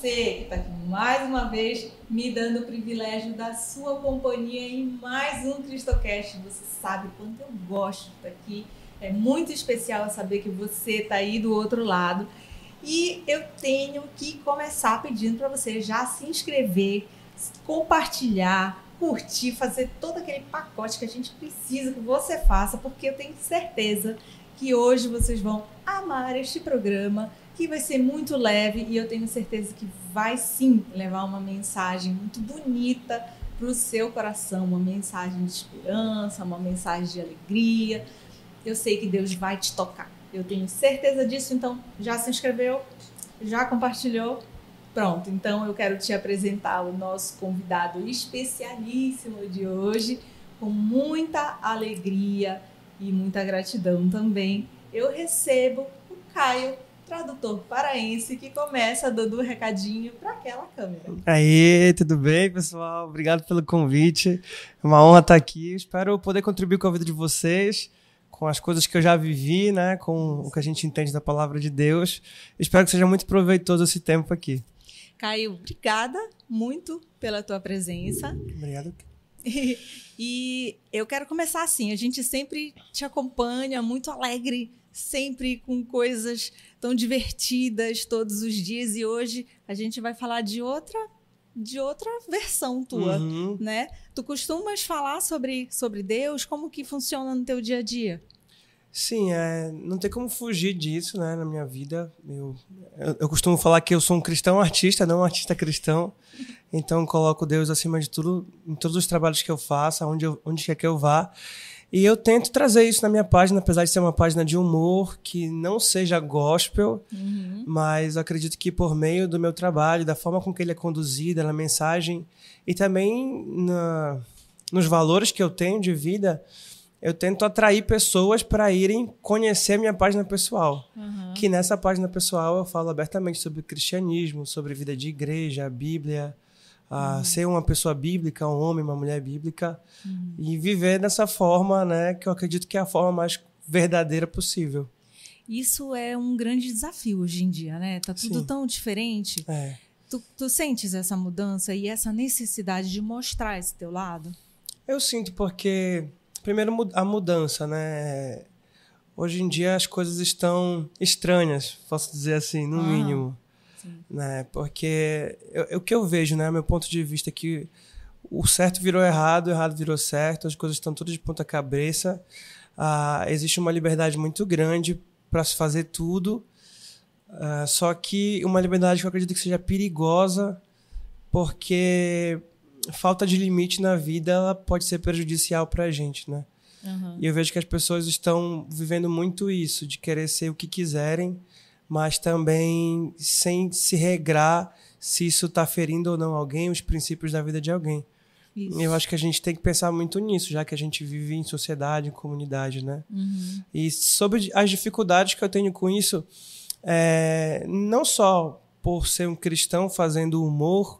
você que está aqui mais uma vez me dando o privilégio da sua companhia em mais um Cristocast. Você sabe quanto eu gosto de estar aqui. É muito especial saber que você está aí do outro lado. E eu tenho que começar pedindo para você já se inscrever, compartilhar, curtir, fazer todo aquele pacote que a gente precisa que você faça, porque eu tenho certeza que hoje vocês vão amar este programa, que vai ser muito leve e eu tenho certeza que vai sim levar uma mensagem muito bonita para o seu coração, uma mensagem de esperança, uma mensagem de alegria. Eu sei que Deus vai te tocar. Eu tenho certeza disso, então já se inscreveu? Já compartilhou? Pronto, então eu quero te apresentar o nosso convidado especialíssimo de hoje, com muita alegria e muita gratidão também. Eu recebo o Caio, tradutor paraense, que começa dando um recadinho para aquela câmera. Aí, tudo bem, pessoal? Obrigado pelo convite. É uma honra estar aqui. Espero poder contribuir com a vida de vocês, com as coisas que eu já vivi, né? Com o que a gente entende da palavra de Deus. Espero que seja muito proveitoso esse tempo aqui. Caio, obrigada muito pela tua presença. Obrigado. E eu quero começar assim, a gente sempre te acompanha, muito alegre, sempre com coisas tão divertidas todos os dias, e hoje a gente vai falar de outra versão tua, né? Tu costumas falar sobre Deus, como que funciona no teu dia a dia? Sim, não tem como fugir disso, né, na minha vida. Eu costumo falar que eu sou um cristão artista, não um artista cristão. Então, coloco Deus acima de tudo, em todos os trabalhos que eu faço, onde quer que eu vá. E eu tento trazer isso na minha página, apesar de ser uma página de humor, que não seja gospel, mas eu acredito que por meio do meu trabalho, da forma com que ele é conduzido, na mensagem, e também nos valores que eu tenho de vida, eu tento atrair pessoas para irem conhecer a minha página pessoal. Que nessa página pessoal eu falo abertamente sobre cristianismo, sobre vida de igreja, a Bíblia, ser uma pessoa bíblica, um homem, uma mulher bíblica, e viver dessa forma, né, que eu acredito que é a forma mais verdadeira possível. Isso é um grande desafio hoje em dia, né? Tá tudo tão diferente. Tu sentes essa mudança e essa necessidade de mostrar esse teu lado? Eu sinto porque... Primeiro, a mudança, né? Hoje em dia as coisas estão estranhas, posso dizer assim, no mínimo. Né? Porque o que eu vejo, né? Meu ponto de vista é que o certo virou errado, o errado virou certo, as coisas estão todas de ponta cabeça. Existe uma liberdade muito grande para se fazer tudo, só que uma liberdade que eu acredito que seja perigosa, porque... falta de limite na vida, ela pode ser prejudicial para a gente, né? E eu vejo que as pessoas estão vivendo muito isso, de querer ser o que quiserem, mas também sem se regrar se isso está ferindo ou não alguém, os princípios da vida de alguém. Isso. Eu acho que a gente tem que pensar muito nisso, já que a gente vive em sociedade, em comunidade, né? E sobre as dificuldades que eu tenho com isso, não só por ser um cristão fazendo humor,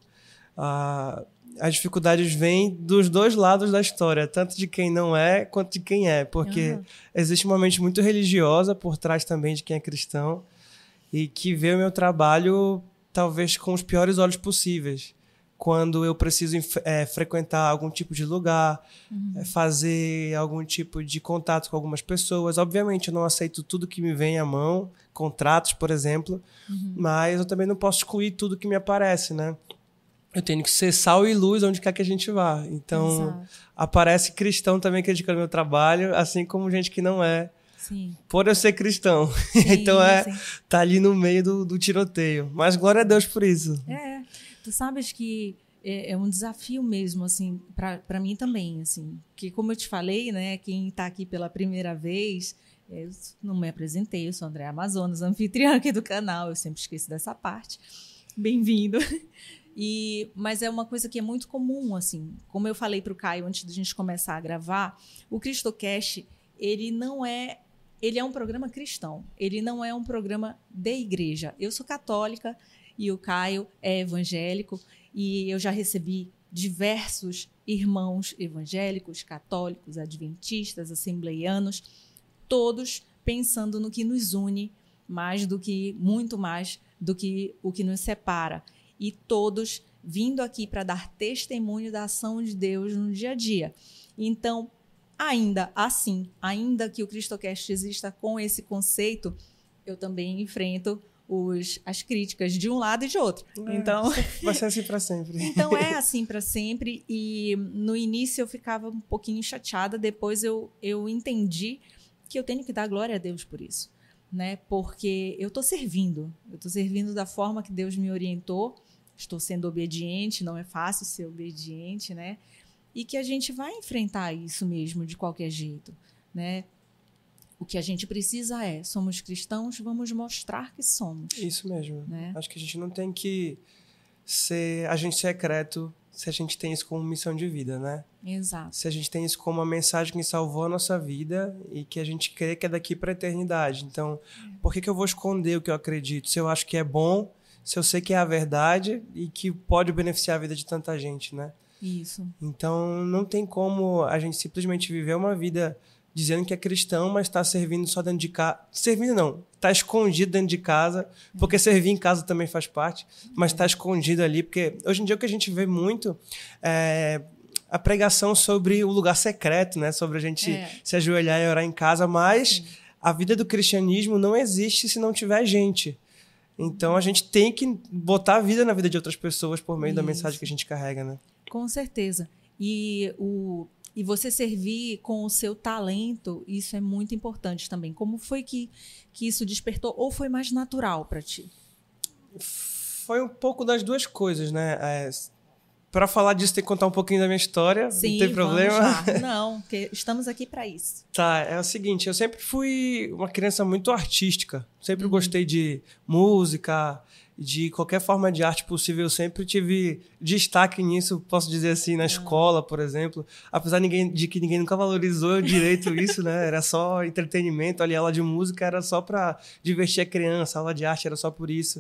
as dificuldades vêm dos dois lados da história, tanto de quem não é quanto de quem é, porque existe uma mente muito religiosa por trás também de quem é cristão e que vê o meu trabalho talvez com os piores olhos possíveis. Quando eu preciso frequentar algum tipo de lugar, fazer algum tipo de contato com algumas pessoas. Obviamente, eu não aceito tudo que me vem à mão, contratos, por exemplo, mas eu também não posso excluir tudo que me aparece, né? Eu tenho que ser sal e luz onde quer que a gente vá. Então, aparece cristão também criticando meu trabalho, assim como gente que não é. Por eu ser cristão. Então, tá ali no meio do tiroteio. Mas glória a Deus por isso. Tu sabes que é um desafio mesmo, assim, para mim também, assim. Que como eu te falei, né, quem tá aqui pela primeira vez, eu não me apresentei, eu sou Andréa Amazonas, anfitriã aqui do canal, eu sempre esqueço dessa parte. Bem-vindo. Mas é uma coisa que é muito comum, assim. Como eu falei para o Caio antes da gente começar a gravar, o Cristocast, ele é um programa cristão. Ele não é um programa de igreja. Eu sou católica e o Caio é evangélico e eu já recebi diversos irmãos evangélicos, católicos, adventistas, assembleianos, todos pensando no que nos une muito mais do que o que nos separa. e todos vindo aqui para dar testemunho da ação de Deus no dia a dia. Então, ainda assim, ainda que o Cristocast exista com esse conceito, eu também enfrento as críticas de um lado e de outro. Então, vai ser assim para sempre. Então, é assim para sempre. E no início eu ficava um pouquinho chateada, depois eu entendi que eu tenho que dar glória a Deus por isso, né? Porque eu estou servindo da forma que Deus me orientou, estou sendo obediente, não é fácil ser obediente, né? E que a gente vai enfrentar isso mesmo de qualquer jeito, né? O que a gente precisa somos cristãos, vamos mostrar que somos. Isso mesmo. Né? Acho que a gente não tem que ser agente secreto se a gente tem isso como missão de vida, né? Exato. Se a gente tem isso como uma mensagem que salvou a nossa vida e que a gente crê que é daqui para a eternidade. Então, por que eu vou esconder o que eu acredito? Se eu acho que é bom, se eu sei que é a verdade e que pode beneficiar a vida de tanta gente, né? Isso. Então, não tem como a gente simplesmente viver uma vida dizendo que é cristão, mas está servindo só dentro de casa. Servindo não, está escondido dentro de casa, porque servir em casa também faz parte, mas está escondido ali, porque hoje em dia o que a gente vê muito é a pregação sobre o lugar secreto, né? Sobre a gente se ajoelhar e orar em casa, mas a vida do cristianismo não existe se não tiver gente. Então a gente tem que botar a vida na vida de outras pessoas por meio da mensagem que a gente carrega, né? Com certeza. E você servir com o seu talento, isso é muito importante também. Como foi que isso despertou? Ou foi mais natural para ti? Foi um pouco das duas coisas, né? Para falar disso, tem que contar um pouquinho da minha história. Sim, não tem problema? Não, porque estamos aqui para isso. Tá, é o seguinte, eu sempre fui uma criança muito artística. Sempre gostei de música, de qualquer forma de arte possível. Eu sempre tive destaque nisso, posso dizer assim, na escola, por exemplo. Apesar de que ninguém nunca valorizou direito isso, né? Era só entretenimento. Ali, aula de música era só para divertir a criança. A aula de arte era só por isso.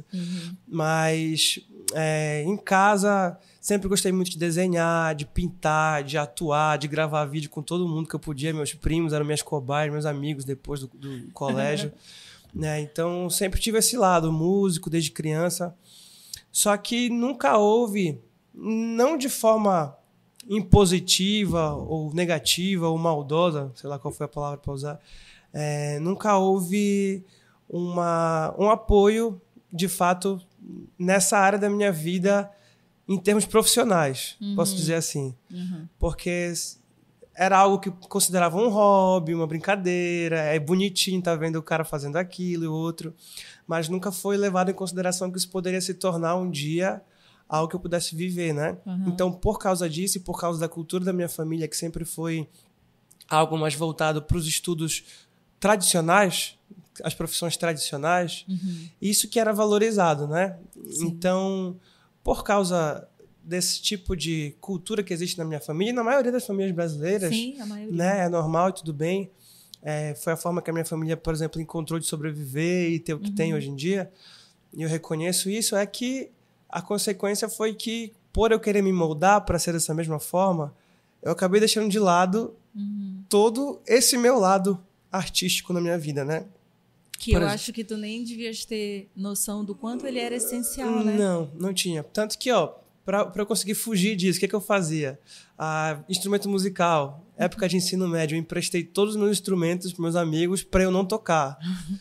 Mas em casa sempre gostei muito de desenhar, de pintar, de atuar, de gravar vídeo com todo mundo que eu podia. Meus primos eram minhas cobaias, meus amigos depois do colégio. Né? Então, sempre tive esse lado músico desde criança. Só que nunca houve, não de forma impositiva ou negativa ou maldosa, sei lá qual foi a palavra para usar, nunca houve um apoio, de fato, nessa área da minha vida em termos profissionais, posso dizer assim. Porque era algo que considerava um hobby, uma brincadeira, é bonitinho estar vendo o cara fazendo aquilo e o outro, mas nunca foi levado em consideração que isso poderia se tornar um dia algo que eu pudesse viver, né? Então, por causa disso e por causa da cultura da minha família, que sempre foi algo mais voltado para os estudos tradicionais, as profissões tradicionais, isso que era valorizado, né? Sim. Então, por causa desse tipo de cultura que existe na minha família e na maioria das famílias brasileiras, sim, a maioria. Né, é normal e tudo bem. Foi a forma que a minha família, por exemplo, encontrou de sobreviver e ter o que tem hoje em dia. E eu reconheço isso, é que a consequência foi que, por eu querer me moldar para ser dessa mesma forma, eu acabei deixando de lado todo esse meu lado artístico na minha vida, né? Que eu acho que tu nem devias ter noção do quanto ele era essencial, né? Não tinha. Tanto que, para eu conseguir fugir disso, o que eu fazia? Instrumento musical, época de ensino médio, eu emprestei todos os meus instrumentos para meus amigos para eu não tocar.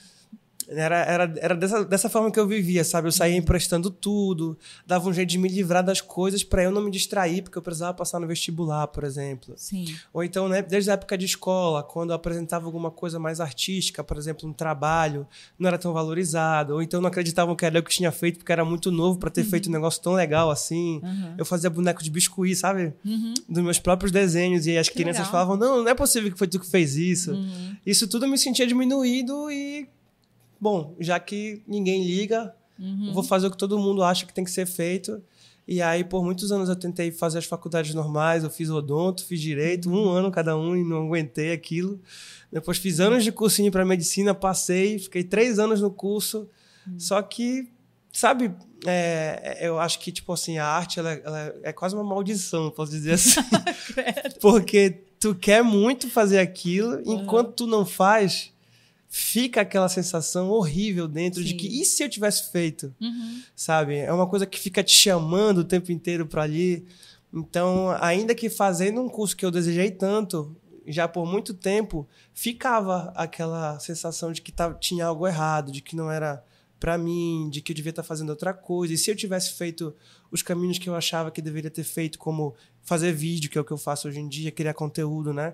Era dessa forma que eu vivia, sabe? Eu saía emprestando tudo, dava um jeito de me livrar das coisas para eu não me distrair, porque eu precisava passar no vestibular, por exemplo. Sim. Ou então, né, desde a época de escola, quando eu apresentava alguma coisa mais artística, por exemplo, um trabalho, não era tão valorizado. Ou então não acreditavam que era eu que tinha feito, porque era muito novo para ter feito um negócio tão legal assim. Eu fazia boneco de biscuit, sabe? Dos meus próprios desenhos. E aí as crianças falavam, não é possível que foi tu que fez isso. Isso tudo eu me sentia diminuído e... Bom, já que ninguém liga, eu vou fazer o que todo mundo acha que tem que ser feito. E aí, por muitos anos, eu tentei fazer as faculdades normais. Eu fiz odonto, fiz direito, 1 ano cada um e não aguentei aquilo. Depois fiz anos de cursinho para medicina, passei, fiquei 3 anos no curso. Só que, sabe, eu acho que, tipo assim, a arte ela é quase uma maldição, posso dizer assim. Porque tu quer muito fazer aquilo, enquanto tu não faz... fica aquela sensação horrível dentro de que, e se eu tivesse feito? Sabe? É uma coisa que fica te chamando o tempo inteiro para ali. Então, ainda que fazendo um curso que eu desejei tanto, já por muito tempo, ficava aquela sensação de que tinha algo errado, de que não era para mim, de que eu devia estar fazendo outra coisa. E se eu tivesse feito os caminhos que eu achava que deveria ter feito, como fazer vídeo, que é o que eu faço hoje em dia, criar conteúdo, né?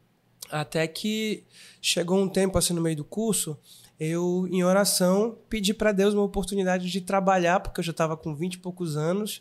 Até que chegou um tempo, assim, no meio do curso, eu, em oração, pedi para Deus uma oportunidade de trabalhar, porque eu já estava com 20 e poucos anos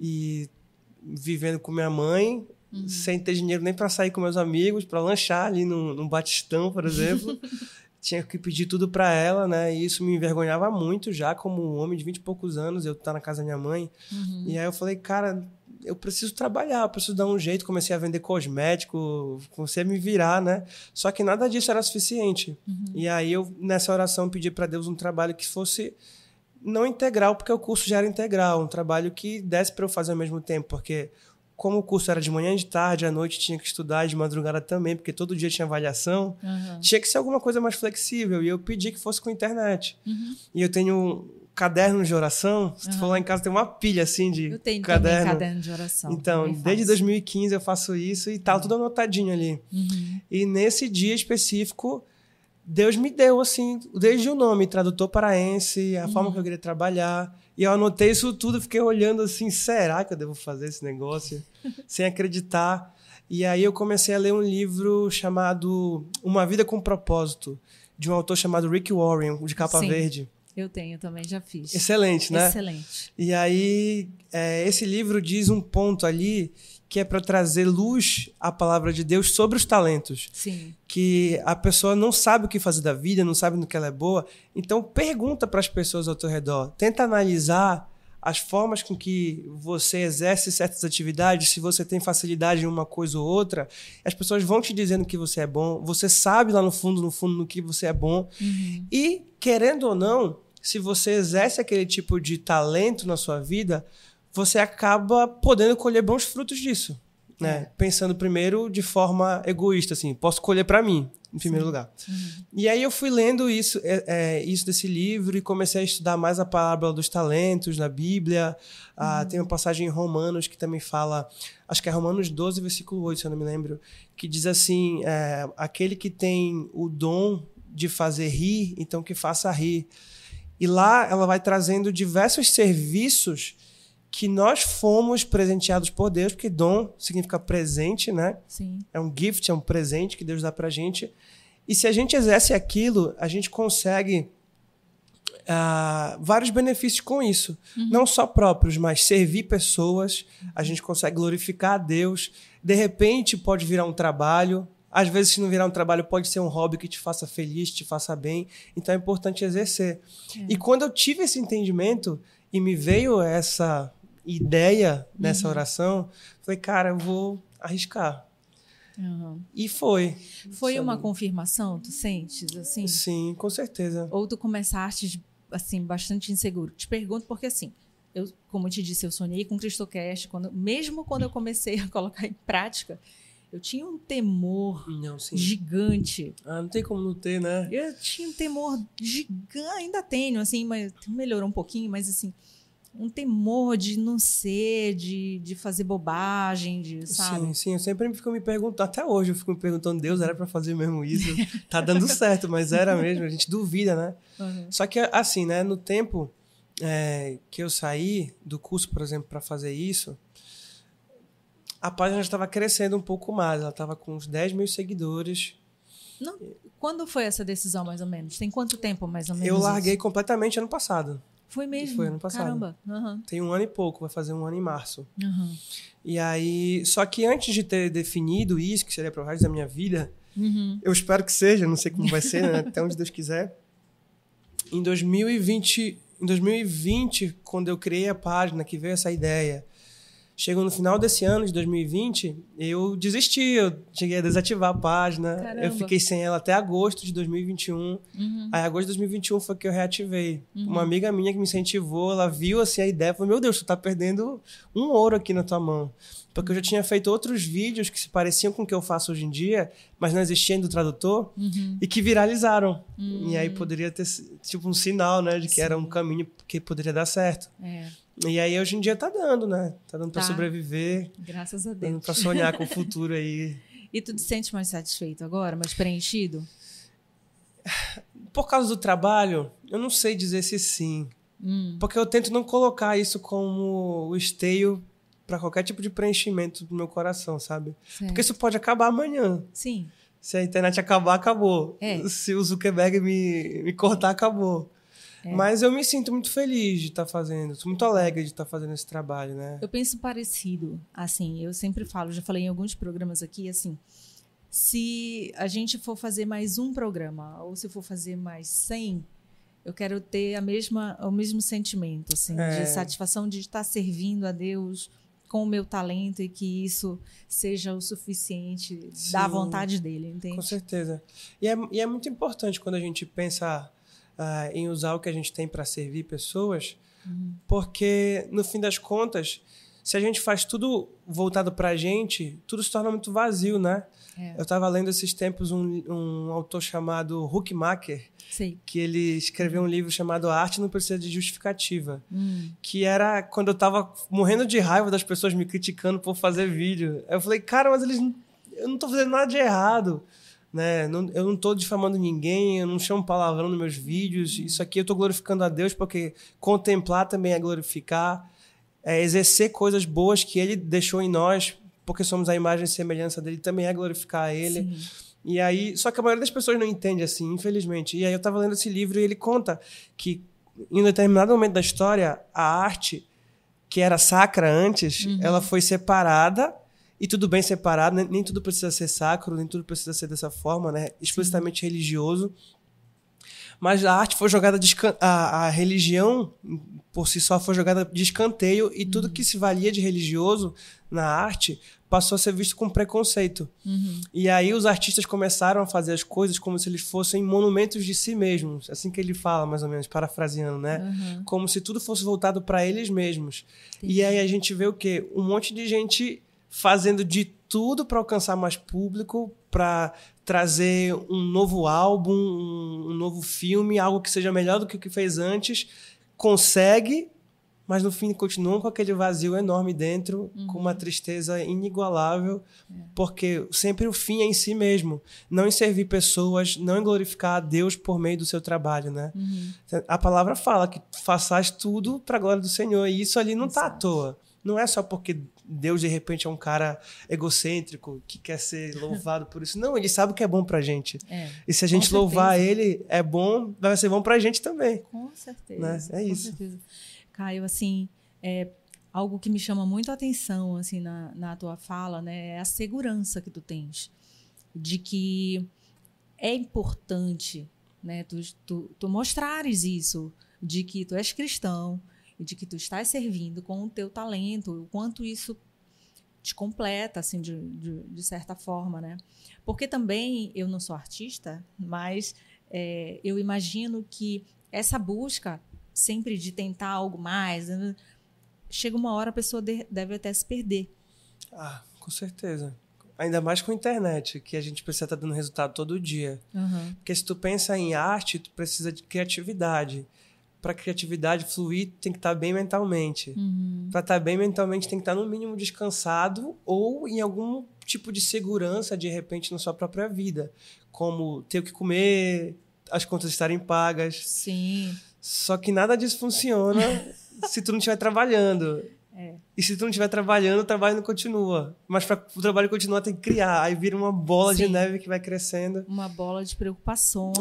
e vivendo com minha mãe, sem ter dinheiro nem para sair com meus amigos, para lanchar ali num Batistão, por exemplo. Tinha que pedir tudo para ela, né? E isso me envergonhava muito já, como um homem de 20 e poucos anos, eu estar na casa da minha mãe. E aí eu falei, cara, eu preciso trabalhar, eu preciso dar um jeito. Comecei a vender cosmético, comecei a me virar, né? Só que nada disso era suficiente. E aí eu, nessa oração, pedi para Deus um trabalho que fosse não integral, porque o curso já era integral, um trabalho que desse para eu fazer ao mesmo tempo, porque como o curso era de manhã e de tarde, à noite tinha que estudar, de madrugada também, porque todo dia tinha avaliação, tinha que ser alguma coisa mais flexível, e eu pedi que fosse com internet. E eu tenho cadernos de oração, se tu for lá em casa tem uma pilha assim de eu tenho caderno. Também caderno de oração. Então, desde 2015 eu faço isso e tá tudo anotadinho ali. E nesse dia específico, Deus me deu, assim, desde o nome, tradutor paraense, a forma que eu queria trabalhar. E eu anotei isso tudo, fiquei olhando assim, será que eu devo fazer esse negócio? Sem acreditar. E aí eu comecei a ler um livro chamado Uma Vida com Propósito, de um autor chamado Rick Warren, de capa verde. Eu tenho também, já fiz. Excelente, né? Excelente. E aí, esse livro diz um ponto ali que é para trazer luz à palavra de Deus sobre os talentos. Sim. Que a pessoa não sabe o que fazer da vida, não sabe no que ela é boa. Então, pergunta para as pessoas ao teu redor. Tenta analisar as formas com que você exerce certas atividades, se você tem facilidade em uma coisa ou outra. As pessoas vão te dizendo que você é bom. Você sabe lá no fundo, no que você é bom. E, querendo ou não, se você exerce aquele tipo de talento na sua vida, você acaba podendo colher bons frutos disso, né? Pensando primeiro de forma egoísta, assim, posso colher para mim, em primeiro lugar. E aí eu fui lendo isso desse livro e comecei a estudar mais a parábola dos talentos na Bíblia. Tem uma passagem em Romanos que também fala, acho que é Romanos 12, versículo 8, se eu não me lembro, que diz assim, aquele que tem o dom de fazer rir, então que faça rir. E lá ela vai trazendo diversos serviços que nós fomos presenteados por Deus, porque dom significa presente, né? Sim. É um gift, é um presente que Deus dá pra gente. E se a gente exerce aquilo, a gente consegue vários benefícios com isso. Não só próprios, mas servir pessoas, a gente consegue glorificar a Deus. De repente pode virar um trabalho. Às vezes, se não virar um trabalho, pode ser um hobby que te faça feliz, te faça bem. Então é importante exercer. E quando eu tive esse entendimento e me veio essa ideia nessa oração, falei, cara, eu vou arriscar. E foi. Foi uma confirmação, tu sentes, assim? Sim, com certeza. Ou tu começaste, assim, bastante inseguro? Te pergunto porque, assim, eu, como eu te disse, eu sonhei com o Cristocast, mesmo quando eu comecei a colocar em prática, eu tinha um temor gigante. Não tem como não ter, né? Eu tinha um temor gigante, ainda tenho, assim, mas melhorou um pouquinho, mas assim, um temor de não ser, de fazer bobagem, sabe? Sim, eu sempre fico me perguntando, até hoje eu fico me perguntando, Deus, era pra fazer mesmo isso? Tá dando certo, mas era mesmo, a gente duvida, né? Só que assim, né, no tempo que eu saí do curso, por exemplo, para fazer isso, a página já estava crescendo um pouco mais, ela estava com uns 10 mil seguidores. Não, quando foi essa decisão, mais ou menos? Tem quanto tempo, mais ou menos? Eu larguei completamente ano passado. Foi mesmo? Foi ano passado. Caramba. Tem 1 ano e pouco, vai fazer 1 ano em março. E aí, só que antes de ter definido isso, que seria pro resto da minha vida, eu espero que seja, não sei como vai ser, né? Até onde Deus quiser. Em 2020, quando eu criei a página, que veio essa ideia, Chegou no final desse ano, de 2020, eu desisti, eu cheguei a desativar a página. Caramba. Eu fiquei sem ela até agosto de 2021. Aí, agosto de 2021 foi que eu reativei. Uma amiga minha que me incentivou, ela viu assim a ideia, falou, meu Deus, tu tá perdendo um ouro aqui na tua mão. Porque eu já tinha feito outros vídeos que se pareciam com o que eu faço hoje em dia, mas não existiam do tradutor, e que viralizaram. E aí poderia ter tipo um sinal, né, de que era um caminho que poderia dar certo. E aí hoje em dia tá dando, né? Tá dando pra sobreviver. Graças a Deus. Dando pra sonhar com o futuro aí. E tu te sente mais satisfeito agora, mais preenchido? Por causa do trabalho, eu não sei dizer se sim. Porque eu tento não colocar isso como o esteio para qualquer tipo de preenchimento do meu coração, sabe? Certo. Porque isso pode acabar amanhã. Sim. Se a internet acabar, acabou. Se o Zuckerberg me cortar, acabou. Mas eu me sinto muito feliz de estar fazendo. Sou muito alegre de estar fazendo esse trabalho, né? Eu penso parecido. Assim, eu sempre falo, já falei em alguns programas aqui, assim, se a gente for fazer mais um programa, ou se for fazer mais 100, eu quero ter o mesmo sentimento, assim, de satisfação de estar servindo a Deus com o meu talento e que isso seja o suficiente da vontade dele, entende? Com certeza. E é muito importante quando a gente pensa em usar o que a gente tem para servir pessoas, porque, no fim das contas, se a gente faz tudo voltado para a gente, tudo se torna muito vazio, né? Eu estava lendo esses tempos um autor chamado Huckmacher, que ele escreveu um livro chamado A Arte Não Precisa de Justificativa, que era quando eu estava morrendo de raiva das pessoas me criticando por fazer vídeo. Eu falei, cara, mas eu não estou fazendo nada de errado. Né? Eu não estou difamando ninguém, eu não chamo palavrão nos meus vídeos. Isso aqui eu estou glorificando a Deus, porque contemplar também é glorificar, é exercer coisas boas que Ele deixou em nós, porque somos a imagem e semelhança dele, também é glorificar a Ele. Sim. E aí, só que a maioria das pessoas não entende assim, infelizmente. E aí eu estava lendo esse livro e ele conta que em um determinado momento da história, a arte, que era sacra antes, ela foi separada. E tudo bem separado, né? Nem tudo precisa ser sacro, nem tudo precisa ser dessa forma, né? Explicitamente religioso. Mas a arte foi jogada a religião por si só foi jogada de escanteio e tudo que se valia de religioso na arte passou a ser visto com preconceito. E aí os artistas começaram a fazer as coisas como se eles fossem monumentos de si mesmos, assim que ele fala, mais ou menos, parafraseando, né? Como se tudo fosse voltado para eles mesmos. E aí a gente vê o quê? Um monte de gente fazendo de tudo para alcançar mais público, para trazer um novo álbum, um novo filme, algo que seja melhor do que o que fez antes, consegue, mas no fim continuam com aquele vazio enorme dentro, com uma tristeza inigualável, porque sempre o fim é em si mesmo, não em servir pessoas, não em glorificar a Deus por meio do seu trabalho, né? A palavra fala que façais tudo para a glória do Senhor, e isso ali não está à toa. Não é só porque Deus, de repente, é um cara egocêntrico que quer ser louvado por isso. Não, ele sabe o que é bom pra gente. E se a gente louvar ele, é bom, vai ser bom pra gente também. Com certeza. Né? É isso. Com certeza. Caio, assim, algo que me chama muito a atenção assim, na tua fala, né, é a segurança que tu tens. De que é importante, né, tu mostrares isso, de que tu és cristão, e de que tu estás servindo com o teu talento, o quanto isso te completa, assim, de certa forma, né? Porque também, eu não sou artista, mas eu imagino que essa busca sempre de tentar algo mais, né? Chega uma hora a pessoa deve até se perder. Com certeza. Ainda mais com a internet, que a gente precisa estar dando resultado todo dia. Porque se tu pensa em arte, tu precisa de criatividade. Para a criatividade fluir, tem que estar bem mentalmente. Para estar bem mentalmente, tem que estar no mínimo descansado ou em algum tipo de segurança, de repente, na sua própria vida. Como ter o que comer, as contas estarem pagas. Sim. Só que nada disso funciona se tu não estiver trabalhando. E se tu não estiver trabalhando, o trabalho não continua. Mas para o trabalho continuar, tem que criar. Aí vira uma bola de neve que vai crescendo. Uma bola de preocupações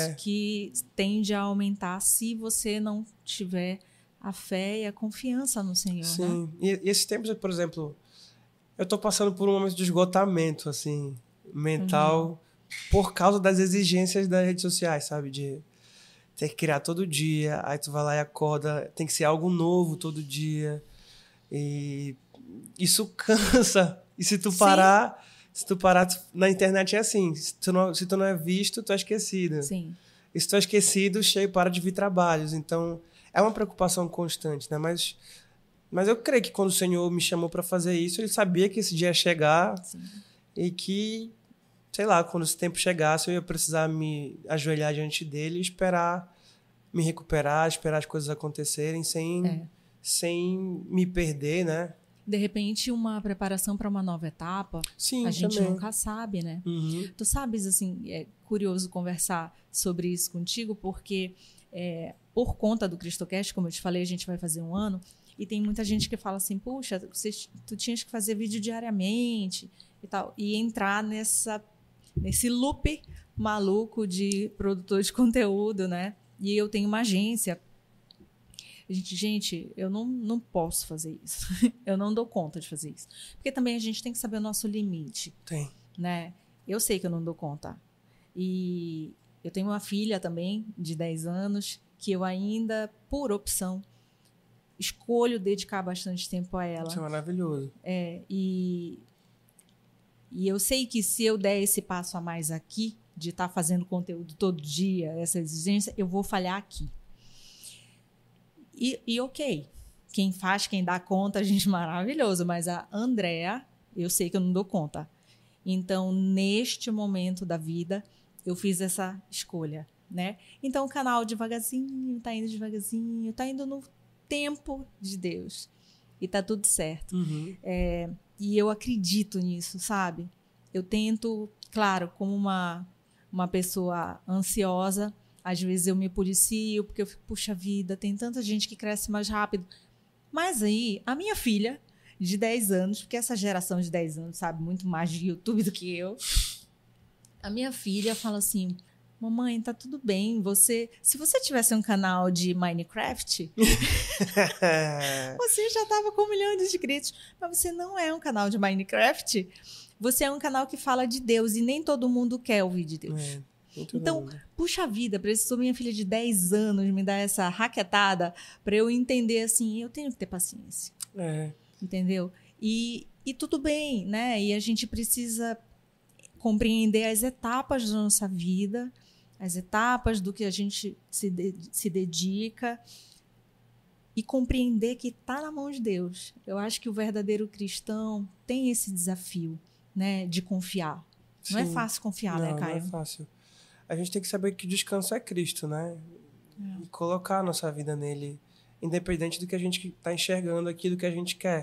que tende a aumentar se você não tiver a fé e a confiança no Senhor. Sim. Né? E esses tempos, por exemplo, eu estou passando por um momento de esgotamento assim, mental por causa das exigências das redes sociais, sabe? De ter que criar todo dia. Aí tu vai lá e acorda. Tem que ser algo novo todo dia. E isso cansa. E se tu parar na internet é assim, se tu não é visto, tu é esquecido. Sim. E se tu é esquecido, para de vir trabalhos. Então, é uma preocupação constante, né? Mas eu creio que quando o Senhor me chamou para fazer isso, Ele sabia que esse dia ia chegar. Sim. E que, sei lá, quando esse tempo chegasse, eu ia precisar me ajoelhar diante dele e esperar me recuperar, esperar as coisas acontecerem sem me perder, né? De repente, uma preparação para uma nova etapa, sim, a gente também. nunca sabe, né? Uhum. Tu sabes, assim, é curioso conversar sobre isso contigo, porque por conta do CristoCast, como eu te falei, a gente vai fazer 1 ano, e tem muita gente que fala assim, puxa, tu tinhas que fazer vídeo diariamente e tal, e entrar nesse loop maluco de produtor de conteúdo, né? E eu tenho uma agência. Gente, eu não posso fazer isso. Eu não dou conta de fazer isso. Porque também a gente tem que saber o nosso limite. Tem. Né? Eu sei que eu não dou conta. E eu tenho uma filha também, de 10 anos, que eu ainda, por opção, escolho dedicar bastante tempo a ela. Isso é maravilhoso. E eu sei que se eu der esse passo a mais aqui, de estar fazendo conteúdo todo dia, essa exigência, eu vou falhar aqui. E ok, quem dá conta, gente, maravilhoso, mas a Andrea, eu sei que eu não dou conta. Então, neste momento da vida, eu fiz essa escolha, né? Então, o canal devagarzinho, tá indo no tempo de Deus. E tá tudo certo. Uhum. E eu acredito nisso, sabe? Eu tento, claro, como uma pessoa ansiosa, às vezes eu me policio, porque eu fico, puxa vida, tem tanta gente que cresce mais rápido. Mas aí, a minha filha, de 10 anos, porque essa geração de 10 anos sabe muito mais de YouTube do que eu, a minha filha fala assim, mamãe, tá tudo bem, se você tivesse um canal de Minecraft, você já tava com 1 milhão de inscritos, mas você não é um canal de Minecraft, você é um canal que fala de Deus e nem todo mundo quer ouvir de Deus. Então, puxa vida, precisou minha filha de 10 anos me dar essa raquetada para eu entender assim, eu tenho que ter paciência. Entendeu? E tudo bem, né? E a gente precisa compreender as etapas da nossa vida, as etapas do que a gente se dedica e compreender que está na mão de Deus. Eu acho que o verdadeiro cristão tem esse desafio, né, de confiar. Sim. Não é fácil confiar, né, Caio? Não é fácil. A gente tem que saber que o descanso é Cristo, né? E colocar a nossa vida nele, independente do que a gente está enxergando aqui, do que a gente quer.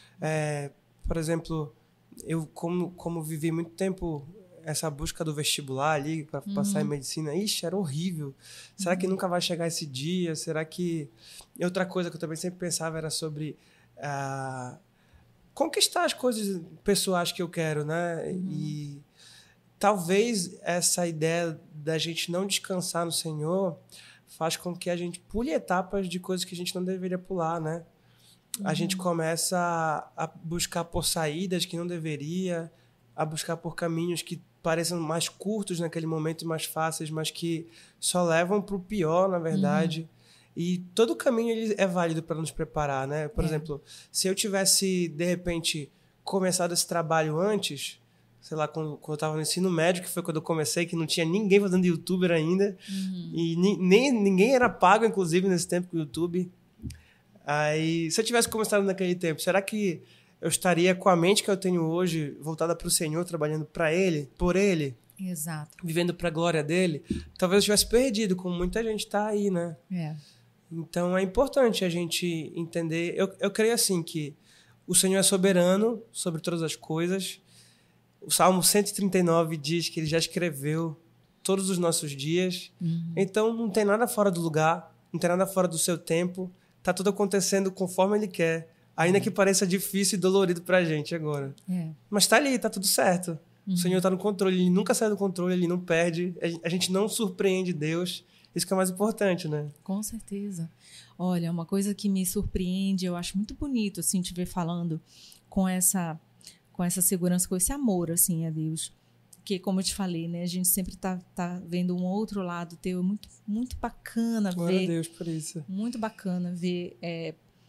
Por exemplo, eu como vivi muito tempo essa busca do vestibular ali para passar em medicina, era horrível. Será que nunca vai chegar esse dia? Será que... E outra coisa que eu também sempre pensava era sobre conquistar as coisas pessoais que eu quero, né? E talvez essa ideia da gente não descansar no Senhor faz com que a gente pule etapas de coisas que a gente não deveria pular, né? A gente começa a buscar por saídas que não deveria, a buscar por caminhos que pareçam mais curtos naquele momento e mais fáceis, mas que só levam para o pior, na verdade. E todo caminho ele é válido para nos preparar, né? Por exemplo, se eu tivesse, de repente, começado esse trabalho antes, sei lá, quando eu estava no ensino médio, que foi quando eu comecei, que não tinha ninguém fazendo youtuber ainda, e ninguém era pago, inclusive, nesse tempo com o YouTube. Aí, se eu tivesse começado naquele tempo, será que eu estaria com a mente que eu tenho hoje, voltada para o Senhor, trabalhando para Ele, por Ele? Exato. Vivendo para a glória dele? Talvez eu tivesse perdido, como muita gente está aí, né? Então, é importante a gente entender. Eu creio assim que o Senhor é soberano sobre todas as coisas. O Salmo 139 diz que Ele já escreveu todos os nossos dias. Então, não tem nada fora do lugar, não tem nada fora do seu tempo. Está tudo acontecendo conforme Ele quer. Ainda que pareça difícil e dolorido para a gente agora. Mas está ali, está tudo certo. O Senhor está no controle, Ele nunca sai do controle, Ele não perde. A gente não surpreende Deus. Isso que é mais importante, né? Com certeza. Olha, uma coisa que me surpreende, eu acho muito bonito, assim, te ver falando com essa segurança, com esse amor, assim, a Deus. Porque, como eu te falei, né? A gente sempre tá vendo um outro lado teu. É muito, muito bacana ver. Glória a Deus por isso. Muito bacana ver...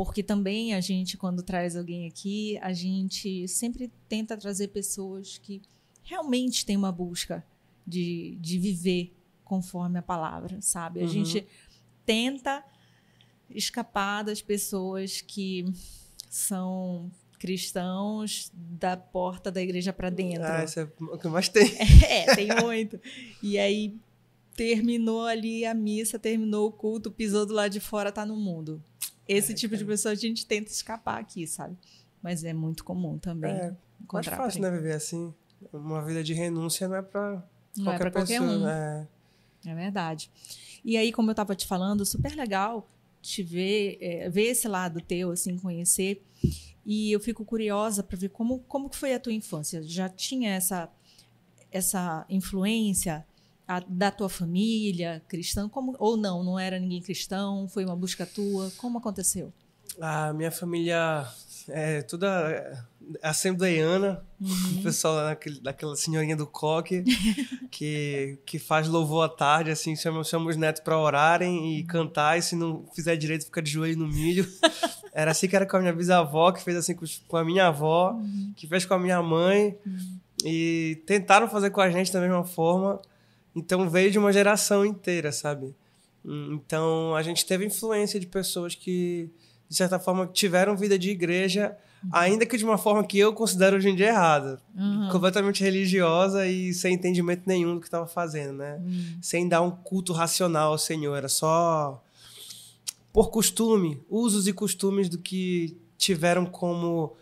Porque também a gente, quando traz alguém aqui, a gente sempre tenta trazer pessoas que realmente têm uma busca de viver conforme a palavra, sabe? A gente tenta escapar das pessoas que são cristãos da porta da igreja para dentro. Isso é o que mais tem. Tem muito. E aí terminou ali a missa, terminou o culto, pisou do lado de fora, tá no mundo. Esse tipo de pessoa a gente tenta escapar aqui, sabe? Mas é muito comum também encontrar. Mais fácil, né, viver assim. Uma vida de renúncia não é para qualquer qualquer pessoa. um. É verdade. E aí, como eu estava te falando, super legal te ver, ver esse lado teu, assim, conhecer. E eu fico curiosa para ver como que foi a tua infância. Já tinha essa influência da tua família cristã? Ou não era ninguém cristão? Foi uma busca tua? Como aconteceu? A minha família é toda assembleiana, o pessoal daquela senhorinha do coque que faz louvor à tarde, assim, chama os netos para orarem e cantar, e se não fizer direito fica de joelho no milho. Era assim que era com a minha bisavó, que fez assim com a minha avó, que fez com a minha mãe, e tentaram fazer com a gente da mesma forma. Então veio de uma geração inteira, sabe? Então a gente teve influência de pessoas que, de certa forma, tiveram vida de igreja, ainda que de uma forma que eu considero hoje em dia errada. Completamente religiosa e sem entendimento nenhum do que estava fazendo, né? Sem dar um culto racional ao Senhor. Era só por costume, usos e costumes do que tiveram como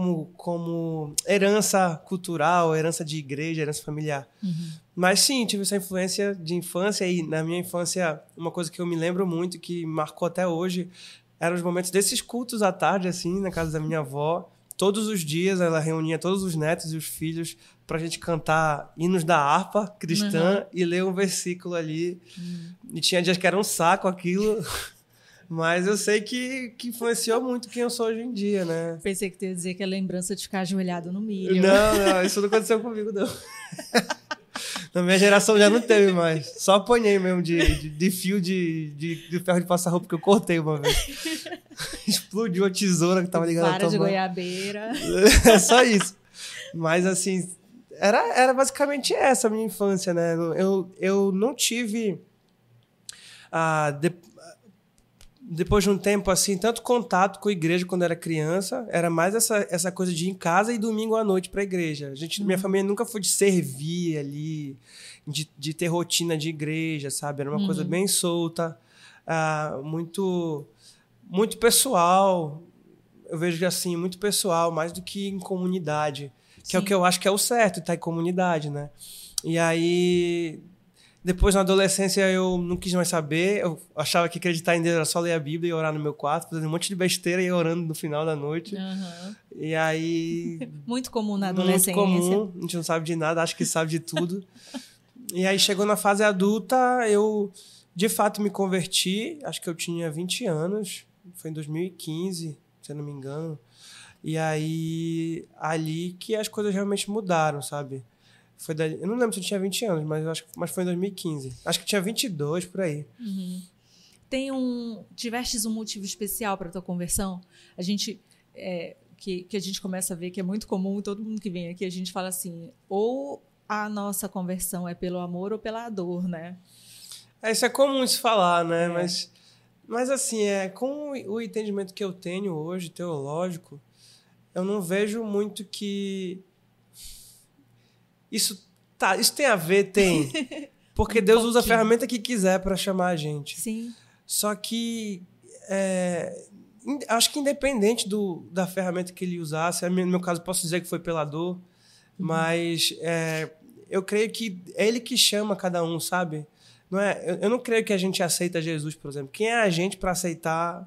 herança cultural, herança de igreja, herança familiar. Mas sim, tive essa influência de infância, e na minha infância, uma coisa que eu me lembro muito, que marcou até hoje, eram os momentos desses cultos à tarde, assim, na casa da minha avó. Todos os dias ela reunia todos os netos e os filhos pra gente cantar hinos da harpa cristã e ler um versículo ali. E tinha dias que era um saco aquilo. Mas eu sei que influenciou muito quem eu sou hoje em dia, né? Pensei que tu ia dizer que é lembrança de ficar ajoelhado no milho. Não, isso não aconteceu comigo, não. Na minha geração já não teve mais. Só apanhei mesmo de fio de ferro de passar roupa que eu cortei uma vez. Explodiu a tesoura que tava ligada na tomada. De goiabeira. É só isso. Mas, assim, era basicamente essa a minha infância, né? Eu não tive... Depois de um tempo, assim, tanto contato com a igreja quando era criança, era mais essa coisa de ir em casa e domingo à noite para a igreja. Minha família nunca foi de servir ali, de ter rotina de igreja, sabe? Era uma coisa bem solta, muito, muito pessoal. Eu vejo que, assim, muito pessoal, mais do que em comunidade, que é o que eu acho que é o certo, estar em comunidade, né? E aí... Depois, na adolescência, eu não quis mais saber. Eu achava que acreditar em Deus era só ler a Bíblia e orar no meu quarto, fazendo um monte de besteira e orando no final da noite. E aí... Muito comum na adolescência. Muito comum. A gente não sabe de nada, acha que sabe de tudo. E aí, chegou na fase adulta, eu, de fato, me converti. Acho que eu tinha 20 anos. Foi em 2015, se eu não me engano. E aí, ali que as coisas realmente mudaram, sabe? Eu não lembro se eu tinha 20 anos, mas foi em 2015. Acho que tinha 22, por aí. Tivestes um motivo especial para a tua conversão? A gente, que a gente começa a ver que é muito comum, todo mundo que vem aqui, a gente fala assim, ou a nossa conversão é pelo amor ou pela dor, né? Isso é comum se falar, né? Mas assim, com o entendimento que eu tenho hoje, teológico, eu não vejo muito que... Isso tem a ver, tem. Porque Deus usa a ferramenta que quiser para chamar a gente. Sim. Só que acho que independente da ferramenta que ele usasse, no meu caso posso dizer que foi pela dor, mas eu creio que é ele que chama cada um, sabe? Não é, eu não creio que a gente aceita Jesus, por exemplo. Quem é a gente para aceitar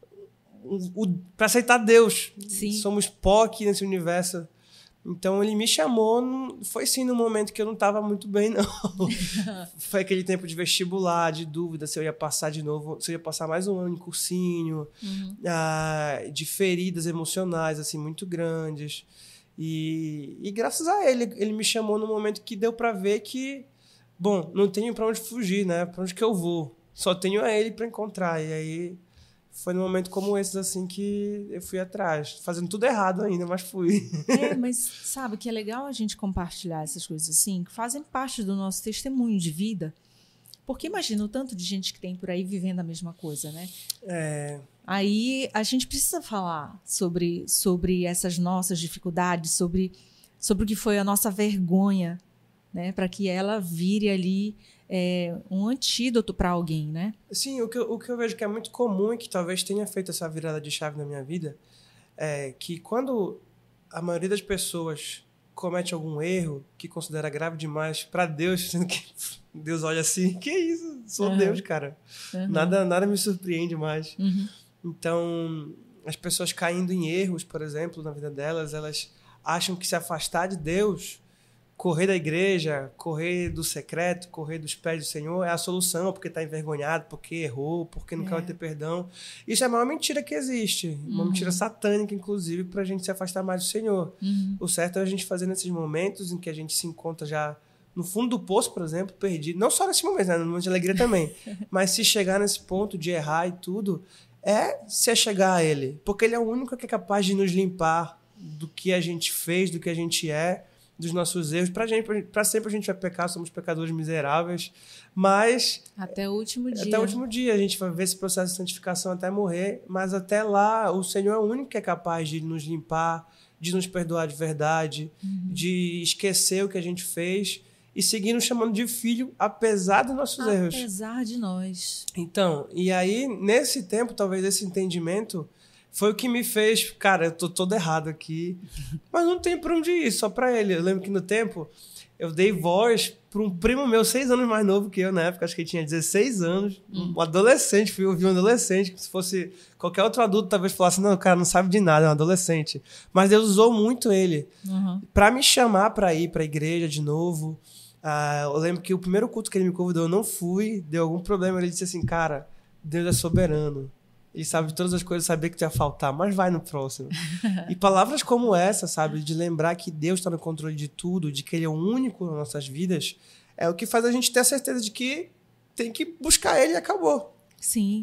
Deus? Sim. Somos pó aqui nesse universo. Então, ele me chamou, foi sim no momento que eu não estava muito bem, não. Foi aquele tempo de vestibular, de dúvida se eu ia passar de novo, se eu ia passar mais um ano em cursinho, de feridas emocionais, assim, muito grandes. E graças a ele me chamou no momento que deu para ver que, bom, não tenho para onde fugir, né? Para onde que eu vou? Só tenho a ele para encontrar. E aí, foi num momento como esses, assim, que eu fui atrás. Fazendo tudo errado ainda, mas fui. Mas sabe que é legal a gente compartilhar essas coisas assim, que fazem parte do nosso testemunho de vida. Porque imagina o tanto de gente que tem por aí vivendo a mesma coisa, né? Aí a gente precisa falar sobre essas nossas dificuldades, sobre o que foi a nossa vergonha, né? Para que ela vire ali um antídoto para alguém, né? Sim, o que eu vejo que é muito comum e que talvez tenha feito essa virada de chave na minha vida é que quando a maioria das pessoas comete algum erro que considera grave demais para Deus, sendo que Deus olha assim, que isso? Sou Deus, cara. Nada me surpreende mais. Então, as pessoas caindo em erros, por exemplo, na vida delas, elas acham que se afastar de Deus, correr da igreja, correr do secreto, correr dos pés do Senhor é a solução, porque está envergonhado, porque errou, porque não quer ter perdão. Isso é a maior mentira que existe. Uma mentira satânica, inclusive, para a gente se afastar mais do Senhor. O certo é a gente fazer nesses momentos em que a gente se encontra já no fundo do poço, por exemplo, perdido. Não só nesse momento, né? No momento de alegria também. Mas se chegar nesse ponto de errar e tudo, se chegar a Ele. Porque Ele é o único que é capaz de nos limpar do que a gente fez, do que a gente é, dos nossos erros. Para sempre a gente vai pecar, somos pecadores miseráveis, mas até o último dia. Até o último dia a gente vai ver esse processo de santificação até morrer, mas até lá o Senhor é o único que é capaz de nos limpar, de nos perdoar de verdade, de esquecer o que a gente fez e seguir nos chamando de filho, apesar dos nossos erros. Apesar de nós. Então, e aí, nesse tempo, talvez esse entendimento foi o que me fez, cara, eu tô todo errado aqui, mas não tem pra onde ir, só pra Ele. Eu lembro que no tempo, eu dei voz pra um primo meu, 6 anos mais novo que eu, na época, acho que ele tinha 16 anos, um adolescente, fui ouvir um adolescente, que se fosse qualquer outro adulto, talvez falasse, não, o cara não sabe de nada, é um adolescente. Mas Deus usou muito ele pra me chamar pra ir pra igreja de novo. Eu lembro que o primeiro culto que ele me convidou, eu não fui, deu algum problema, ele disse assim, cara, Deus é soberano. Ele sabe de todas as coisas, sabia que tu ia faltar, mas vai no próximo. E palavras como essa, sabe? De lembrar que Deus está no controle de tudo, de que Ele é o único nas nossas vidas, é o que faz a gente ter a certeza de que tem que buscar Ele e acabou. Sim.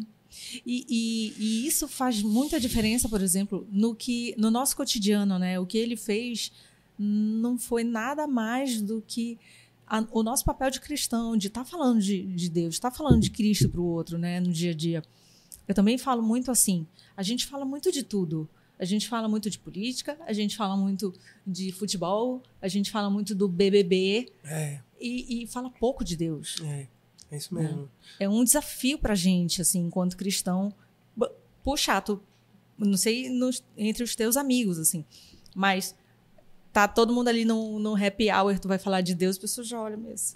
E isso faz muita diferença, por exemplo, no nosso cotidiano, né? O que Ele fez não foi nada mais do que o nosso papel de cristão, de estar falando de Deus, estar falando de Cristo para o outro, né? No dia a dia. Eu também falo muito assim, a gente fala muito de tudo. A gente fala muito de política, a gente fala muito de futebol, a gente fala muito do BBB e fala pouco de Deus. É isso mesmo. É um desafio pra gente, assim, enquanto cristão. Puxa, não sei entre os teus amigos, assim, mas tá todo mundo ali no happy hour, tu vai falar de Deus, as pessoas já olham mesmo.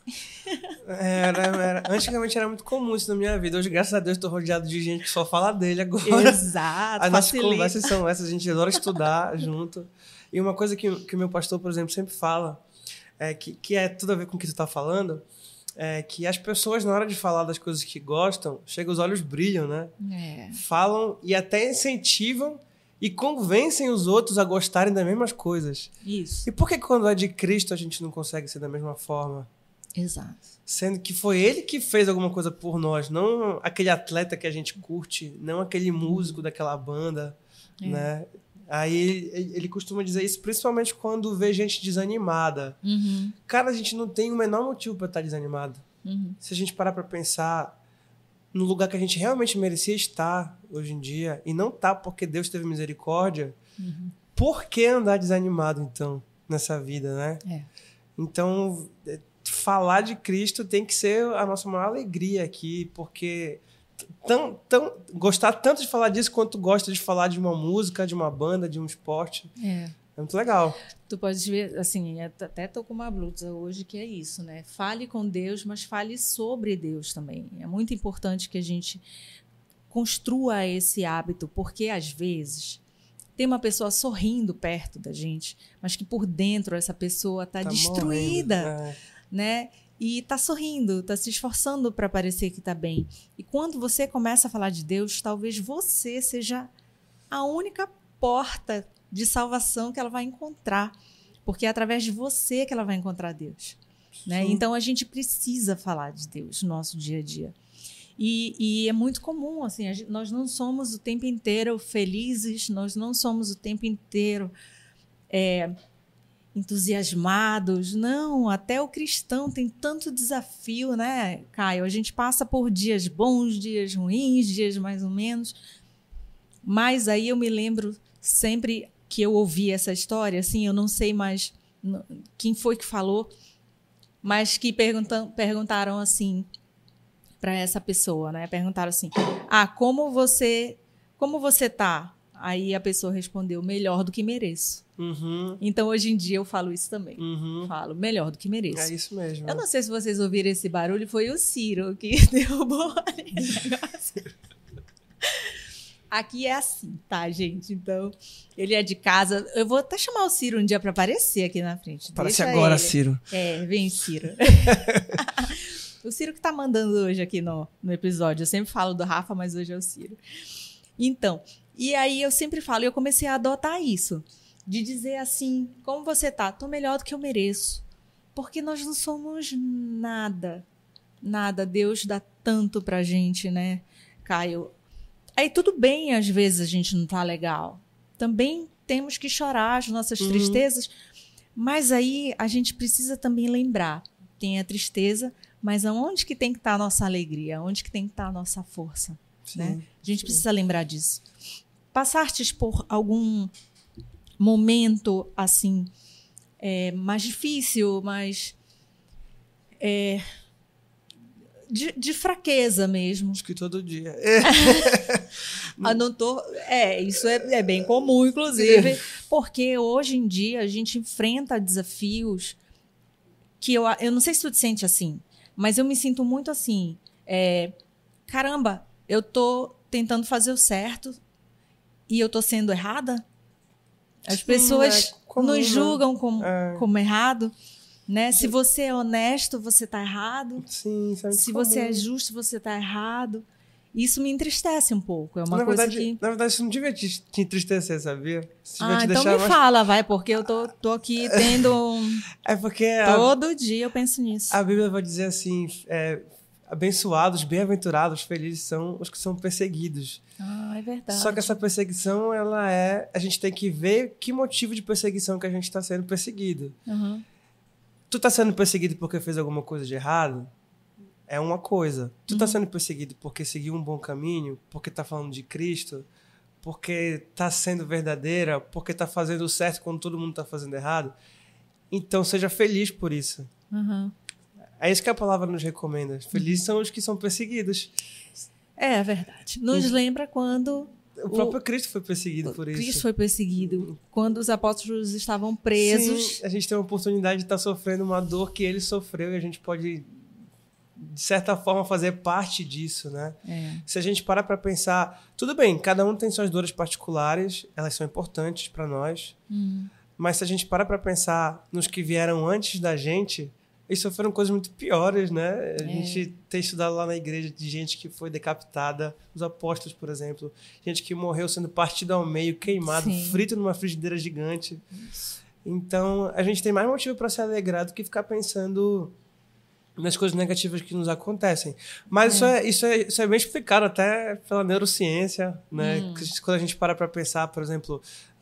Antigamente era muito comum isso na minha vida. Hoje, graças a Deus, estou rodeado de gente que só fala dele agora. Exato. As nossas conversas são essas, a gente adora estudar junto. E uma coisa que o meu pastor, por exemplo, sempre fala, que é tudo a ver com o que tu tá falando, é que as pessoas, na hora de falar das coisas que gostam, chega, os olhos brilham, né? Falam e até incentivam e convencem os outros a gostarem das mesmas coisas. Isso. E por que quando é de Cristo a gente não consegue ser da mesma forma? Exato. Sendo que foi Ele que fez alguma coisa por nós, não aquele atleta que a gente curte, não aquele músico daquela banda, né? Aí ele costuma dizer isso principalmente quando vê gente desanimada. Cara, a gente não tem o menor motivo para estar desanimado. Se a gente parar para pensar no lugar que a gente realmente merecia estar hoje em dia, e não tá porque Deus teve misericórdia, por que andar desanimado, então, nessa vida, né? Então, falar de Cristo tem que ser a nossa maior alegria aqui, porque gostar tanto de falar disso quanto gosta de falar de uma música, de uma banda, de um esporte. É muito legal. Tu pode ver, assim, até tô com uma blusa hoje que é isso, né? Fale com Deus, mas fale sobre Deus também. É muito importante que a gente construa esse hábito, porque às vezes tem uma pessoa sorrindo perto da gente, mas que por dentro essa pessoa tá destruída, né? E tá sorrindo, tá se esforçando para parecer que tá bem. E quando você começa a falar de Deus, talvez você seja a única porta de salvação que ela vai encontrar, porque é através de você que ela vai encontrar Deus, né? Então a gente precisa falar de Deus no nosso dia a dia. E é muito comum, assim, nós não somos o tempo inteiro felizes, nós não somos o tempo inteiro entusiasmados. Não, até o cristão tem tanto desafio, né, Caio? A gente passa por dias bons, dias ruins, dias mais ou menos. Mas aí eu me lembro sempre que eu ouvi essa história, assim, eu não sei mais quem foi que falou, mas que perguntaram assim para essa pessoa, né? Perguntaram assim: como você tá? Aí a pessoa respondeu: melhor do que mereço. Uhum. Então, hoje em dia, eu falo isso também. Uhum. Falo, melhor do que mereço. É isso mesmo. Eu não sei se vocês ouviram esse barulho, foi o Ciro que derrubou ali o negócio. Aqui é assim, tá, gente? Então, ele é de casa. Eu vou até chamar o Ciro um dia para aparecer aqui na frente. Aparece agora, ele. Ciro. Vem, Ciro. O Ciro que tá mandando hoje aqui no episódio. Eu sempre falo do Rafa, mas hoje é o Ciro. Então, e aí eu sempre falo, eu comecei a adotar isso. De dizer assim, como você tá? Tô melhor do que eu mereço. Porque nós não somos nada. Nada. Deus dá tanto pra gente, né, Caio? Aí tudo bem, às vezes a gente não tá legal. Também temos que chorar as nossas tristezas. Mas aí a gente precisa também lembrar. Tem a tristeza, mas aonde que tem que estar a nossa alegria? Aonde que tem que estar a nossa força? Sim, né? A gente precisa lembrar disso. Passastes por algum momento assim mais difícil, mais de fraqueza mesmo? Acho que todo dia. Isso é bem comum, inclusive, porque hoje em dia a gente enfrenta desafios que eu não sei se tu te sente assim, mas eu me sinto muito assim. Caramba, eu tô tentando fazer o certo e eu tô sendo errada? As pessoas nos julgam como errado, né? Se você é honesto, você tá errado. Sim, se você é justo, você tá errado. Isso me entristece um pouco. É uma coisa que... Na verdade, isso não devia te entristecer, sabia? Então me fala, vai, porque eu tô aqui tendo É porque... Todo dia eu penso nisso. A Bíblia vai dizer assim, abençoados, bem-aventurados, felizes são os que são perseguidos. É verdade. Só que essa perseguição, a gente tem que ver que motivo de perseguição que a gente está sendo perseguido. Uhum. Tu tá sendo perseguido porque fez alguma coisa de errado? É uma coisa. Tu tá sendo perseguido porque seguiu um bom caminho, porque tá falando de Cristo, porque tá sendo verdadeira, porque tá fazendo o certo quando todo mundo tá fazendo errado. Então, seja feliz por isso. Uhum. É isso que a palavra nos recomenda. Felizes são os que são perseguidos. É verdade. Nos lembra quando... O próprio Cristo foi perseguido por isso. Cristo foi perseguido. Quando os apóstolos estavam presos. Sim, a gente tem a oportunidade de estar sofrendo uma dor que ele sofreu e a gente pode, de certa forma, fazer parte disso, né? Se a gente parar para pensar... Tudo bem, cada um tem suas dores particulares, elas são importantes para nós. Mas se a gente parar para pensar nos que vieram antes da gente... Eles sofreram coisas muito piores, né? A gente tem estudado lá na igreja de gente que foi decapitada, os apóstolos, por exemplo. Gente que morreu sendo partido ao meio, queimado, frito numa frigideira gigante. Isso. Então, a gente tem mais motivo para se alegrar do que ficar pensando nas coisas negativas que nos acontecem. Mas isso é bem explicado até pela neurociência, né? Quando a gente para pensar, por exemplo,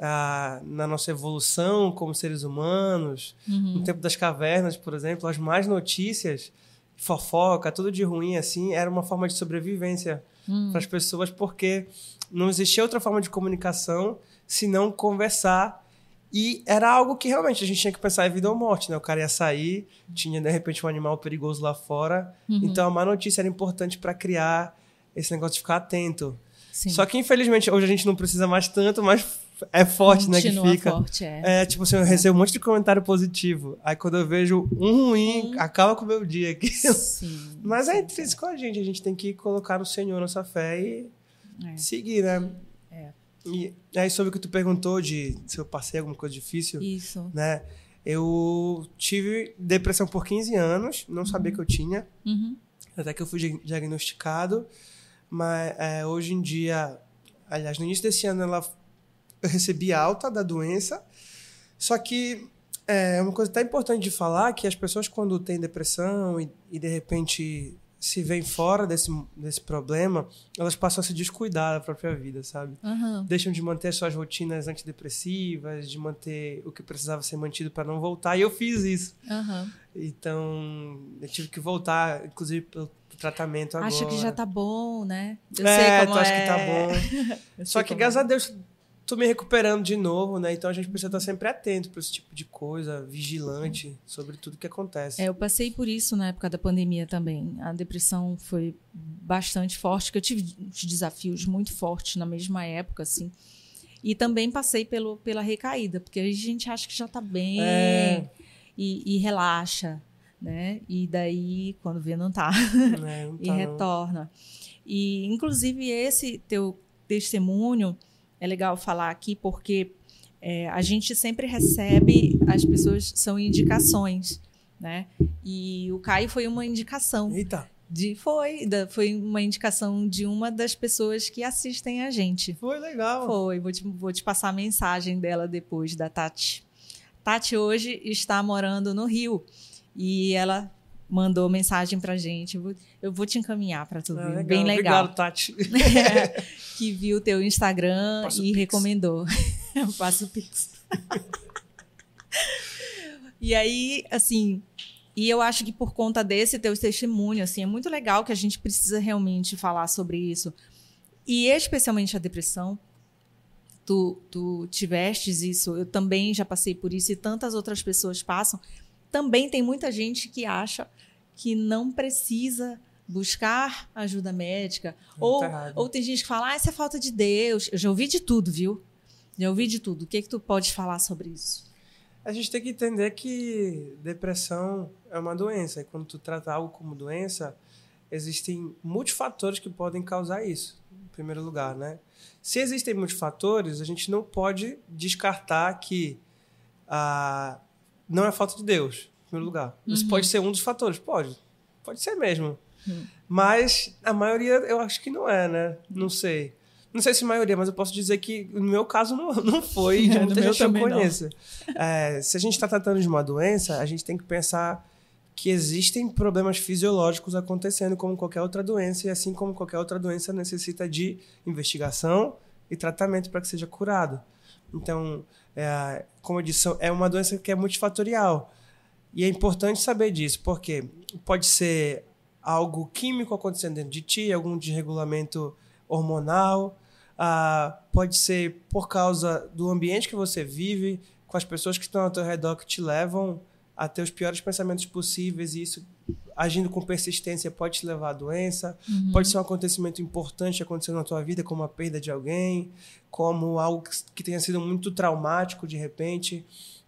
na nossa evolução como seres humanos, no tempo das cavernas, por exemplo, as más notícias, fofoca, tudo de ruim, assim, era uma forma de sobrevivência para as pessoas, porque não existia outra forma de comunicação senão conversar. E era algo que realmente a gente tinha que pensar em vida ou morte, né? O cara ia sair, tinha de repente um animal perigoso lá fora. Então a má notícia era importante para criar esse negócio de ficar atento. Sim. Só que infelizmente hoje a gente não precisa mais tanto, mas é forte, continua, né? Que fica. Forte, tipo assim, eu recebo um monte de comentário positivo. Aí quando eu vejo um ruim, acaba com o meu dia aqui. Sim, mas é difícil com a gente tem que colocar no Senhor nossa fé e seguir, né? E aí, sobre o que tu perguntou de se eu passei alguma coisa difícil. Isso. Né? Eu tive depressão por 15 anos, não sabia que eu tinha. Até que eu fui diagnosticado. Mas hoje em dia, aliás, no início desse ano, eu recebi alta da doença. Só que é uma coisa até importante de falar, que as pessoas quando têm depressão e de repente se veem fora desse problema, elas passam a se descuidar da própria vida, sabe? Deixam de manter as suas rotinas antidepressivas, de manter o que precisava ser mantido para não voltar. E eu fiz isso. Então, eu tive que voltar, inclusive, pro tratamento agora. Acha que já tá bom, né? Eu sei como acho que tá bom. Só que, graças a Deus, tô me recuperando de novo, né? Então a gente precisa estar sempre atento para esse tipo de coisa, vigilante sobre tudo que acontece. Eu passei por isso na época da pandemia também. A depressão foi bastante forte, porque eu tive uns desafios muito fortes na mesma época, assim. E também passei pela recaída, porque a gente acha que já tá bem e relaxa, né? E daí, quando vê, não tá. Não e tá, retorna. Não. E, inclusive, esse teu testemunho é legal falar aqui porque a gente sempre recebe, as pessoas são indicações, né? E o Caio foi uma indicação. Eita! Foi uma indicação de uma das pessoas que assistem a gente. Foi legal. Foi, vou te passar a mensagem dela depois, da Tati. Tati hoje está morando no Rio e ela mandou mensagem pra gente. Eu vou te encaminhar pra tu ver. Legal. Bem legal. Obrigado, Tati. Que viu o teu Instagram e recomendou. Eu faço o Pix. E aí, assim, e eu acho que por conta desse teu testemunho, assim, é muito legal que a gente precisa realmente falar sobre isso. E especialmente a depressão. Tu tivestes isso, eu também já passei por isso e tantas outras pessoas passam. Também tem muita gente que acha que não precisa buscar ajuda médica. Ou tem gente que fala, isso é falta de Deus. Eu já ouvi de tudo, viu? Já ouvi de tudo. O que tu pode falar sobre isso? A gente tem que entender que depressão é uma doença. E quando tu trata algo como doença, existem multifatores que podem causar isso, em primeiro lugar, né? Se existem multifatores, a gente não pode descartar que não é falta de Deus, em primeiro lugar. Isso pode ser um dos fatores? Pode ser mesmo. Mas a maioria eu acho que não é, né? Não sei se a maioria, mas eu posso dizer que no meu caso não foi, de muita gente que eu conheço. Se a gente está tratando de uma doença, a gente tem que pensar que existem problemas fisiológicos acontecendo como qualquer outra doença, e assim como qualquer outra doença necessita de investigação e tratamento para que seja curado. Então, como eu disse, é uma doença que é multifatorial. E é importante saber disso, porque pode ser algo químico acontecendo dentro de ti, algum desregulamento hormonal, pode ser por causa do ambiente que você vive, com as pessoas que estão ao teu redor que te levam a ter os piores pensamentos possíveis, e isso, agindo com persistência, pode te levar à doença. Pode ser um acontecimento importante acontecendo na tua vida, como a perda de alguém, como algo que tenha sido muito traumático de repente.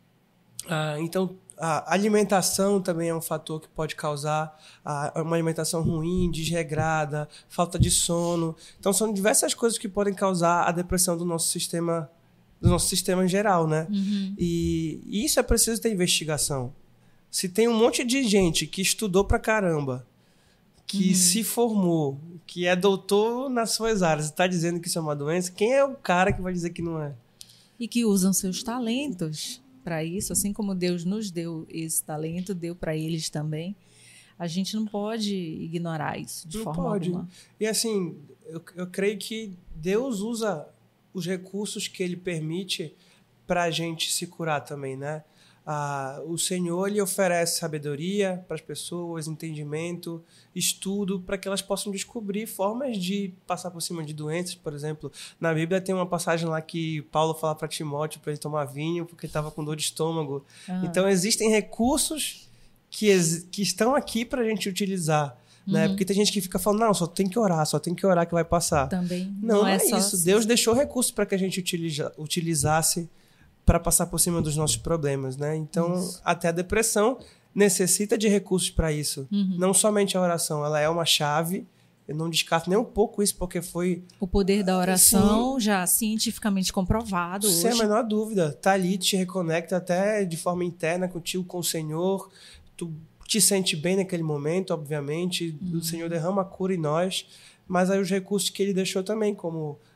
Então, a alimentação também é um fator que pode causar uma alimentação ruim, desregrada, falta de sono. Então, são diversas coisas que podem causar a depressão do nosso sistema em geral, né? E isso é preciso ter investigação. Se tem um monte de gente que estudou pra caramba, que se formou, que é doutor nas suas áreas, e está dizendo que isso é uma doença, quem é o cara que vai dizer que não é? E que usam seus talentos para isso, assim como Deus nos deu esse talento, deu para eles também. A gente não pode ignorar isso de forma alguma. E assim, eu creio que Deus usa os recursos que Ele permite para a gente se curar também, né? O Senhor, Ele oferece sabedoria para as pessoas, entendimento, estudo, para que elas possam descobrir formas de passar por cima de doenças. Por exemplo, na Bíblia tem uma passagem lá que Paulo fala para Timóteo para ele tomar vinho porque ele estava com dor de estômago. Então, existem recursos que estão aqui para a gente utilizar. Né? Porque tem gente que fica falando, não, só tem que orar que vai passar. Também não é isso. Assim. Deus deixou recursos para que a gente utilizasse para passar por cima dos nossos problemas, né? Então, até a depressão necessita de recursos para isso. Não somente a oração, ela é uma chave. Eu não descarto nem um pouco isso, porque foi... O poder da oração já cientificamente comprovado hoje. Sem a menor dúvida. Tá ali, te reconecta até de forma interna contigo, com o Senhor. Tu te sente bem naquele momento, obviamente. O Senhor derrama a cura em nós. Mas aí os recursos que Ele deixou também, como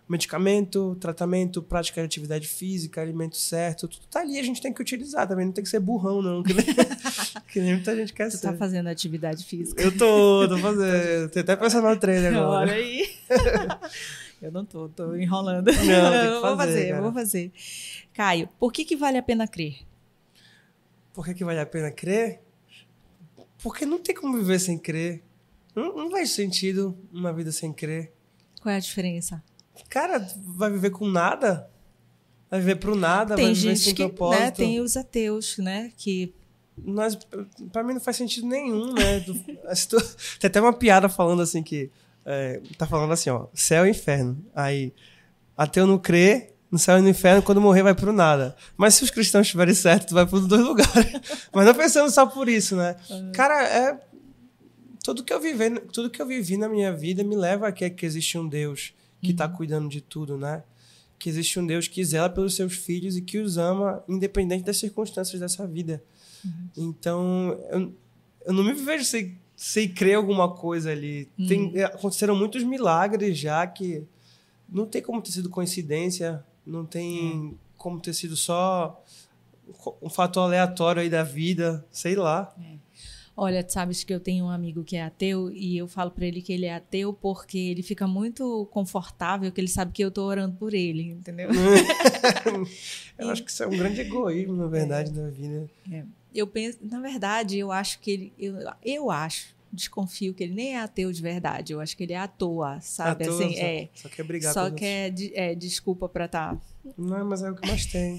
medicamento, tratamento, prática de atividade física, alimento certo, tudo tá ali, a gente tem que utilizar também, não tem que ser burrão não, que nem muita gente quer ser. Tu tá fazendo atividade física? Eu tô fazendo, tem até personal trainer agora. Olha aí. Eu não tô enrolando. Não, tem que vou fazer. Caio, por que vale a pena crer? Por que vale a pena crer? Porque não tem como viver sem crer. Não faz sentido uma vida sem crer. Qual é a diferença? Cara, vai viver com nada? Vai viver pro nada? Tem vai viver gente sem que, propósito? né, tem os ateus, né, que... Mas pra mim não faz sentido nenhum, né? Tem até uma piada falando assim que... tá falando assim, ó, céu e inferno. Aí, ateu não crê, no céu e no inferno, quando morrer vai pro nada. Mas se os cristãos estiverem certos, tu vai pros dois lugares. Mas não pensando só por isso, né? Cara, tudo que eu vivi na minha vida me leva a que existe um Deus que tá cuidando de tudo, né? Que existe um Deus que zela pelos seus filhos e que os ama independente das circunstâncias dessa vida. Então, eu não me vejo sem crer em alguma coisa ali. Aconteceram muitos milagres já que não tem como ter sido coincidência, não tem como ter sido só um fator aleatório aí da vida, sei lá. Olha, tu sabes que eu tenho um amigo que é ateu e eu falo pra ele que ele é ateu porque ele fica muito confortável, que ele sabe que eu tô orando por ele, entendeu? Eu acho que isso é um grande egoísmo, na verdade, da vida. Eu penso, na verdade, eu acho que ele... Eu acho, desconfio que ele nem é ateu de verdade. Eu acho que ele é à toa, sabe? Assim, só quer brigar só com os quer desculpa pra estar... Não, mas é o que mais tem.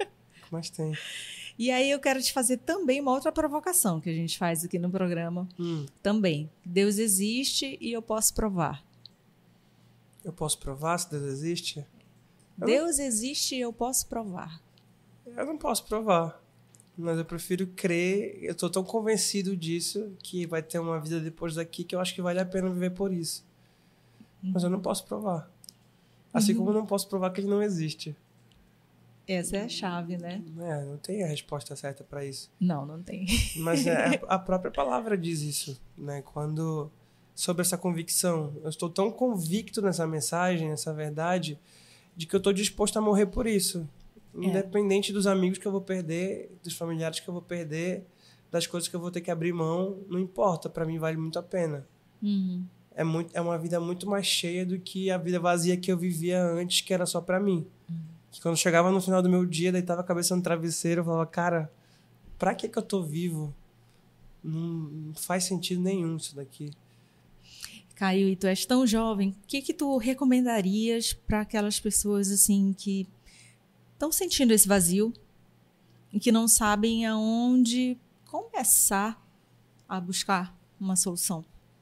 E aí eu quero te fazer também uma outra provocação que a gente faz aqui no programa. Também. Deus existe e eu posso provar. Eu posso provar se Deus existe? Deus existe e eu posso provar. Eu não posso provar. Mas eu prefiro crer. Eu tô tão convencido disso que vai ter uma vida depois daqui que eu acho que vale a pena viver por isso. Mas eu não posso provar. Assim como eu não posso provar que ele não existe. Essa é a chave, né? Não tem a resposta certa para isso. Não tem. Mas a própria palavra diz isso, né? Sobre essa convicção. Eu estou tão convicto nessa mensagem, nessa verdade, de que eu estou disposto a morrer por isso. Independente dos amigos que eu vou perder, dos familiares que eu vou perder, das coisas que eu vou ter que abrir mão, não importa. Para mim vale muito a pena. É uma vida muito mais cheia do que a vida vazia que eu vivia antes, que era só para mim. Que quando chegava no final do meu dia, deitava a cabeça no travesseiro, eu falava, cara, pra que eu tô vivo? Não faz sentido nenhum isso daqui. Caio, e tu és tão jovem, o que tu recomendarias para aquelas pessoas assim que estão sentindo esse vazio e que não sabem aonde começar a buscar uma solução?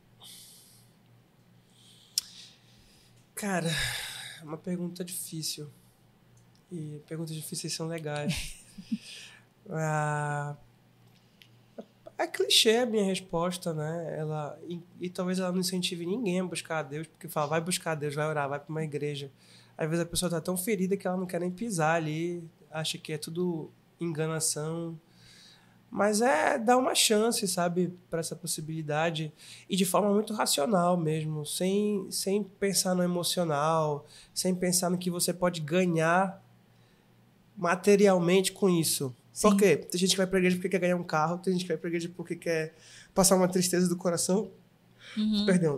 Cara, é uma pergunta difícil. E perguntas difíceis são legais. É clichê a minha resposta, né? E talvez ela não incentive ninguém a buscar a Deus, porque fala, vai buscar a Deus, vai orar, vai para uma igreja. Às vezes a pessoa tá tão ferida que ela não quer nem pisar ali, acha que é tudo enganação. Mas dar uma chance, sabe, para essa possibilidade. E de forma muito racional mesmo, sem pensar no emocional, sem pensar no que você pode ganhar materialmente com isso. Sim. Por quê? Tem gente que vai pra igreja porque quer ganhar um carro, tem gente que vai pra igreja porque quer passar uma tristeza do coração. Perdão.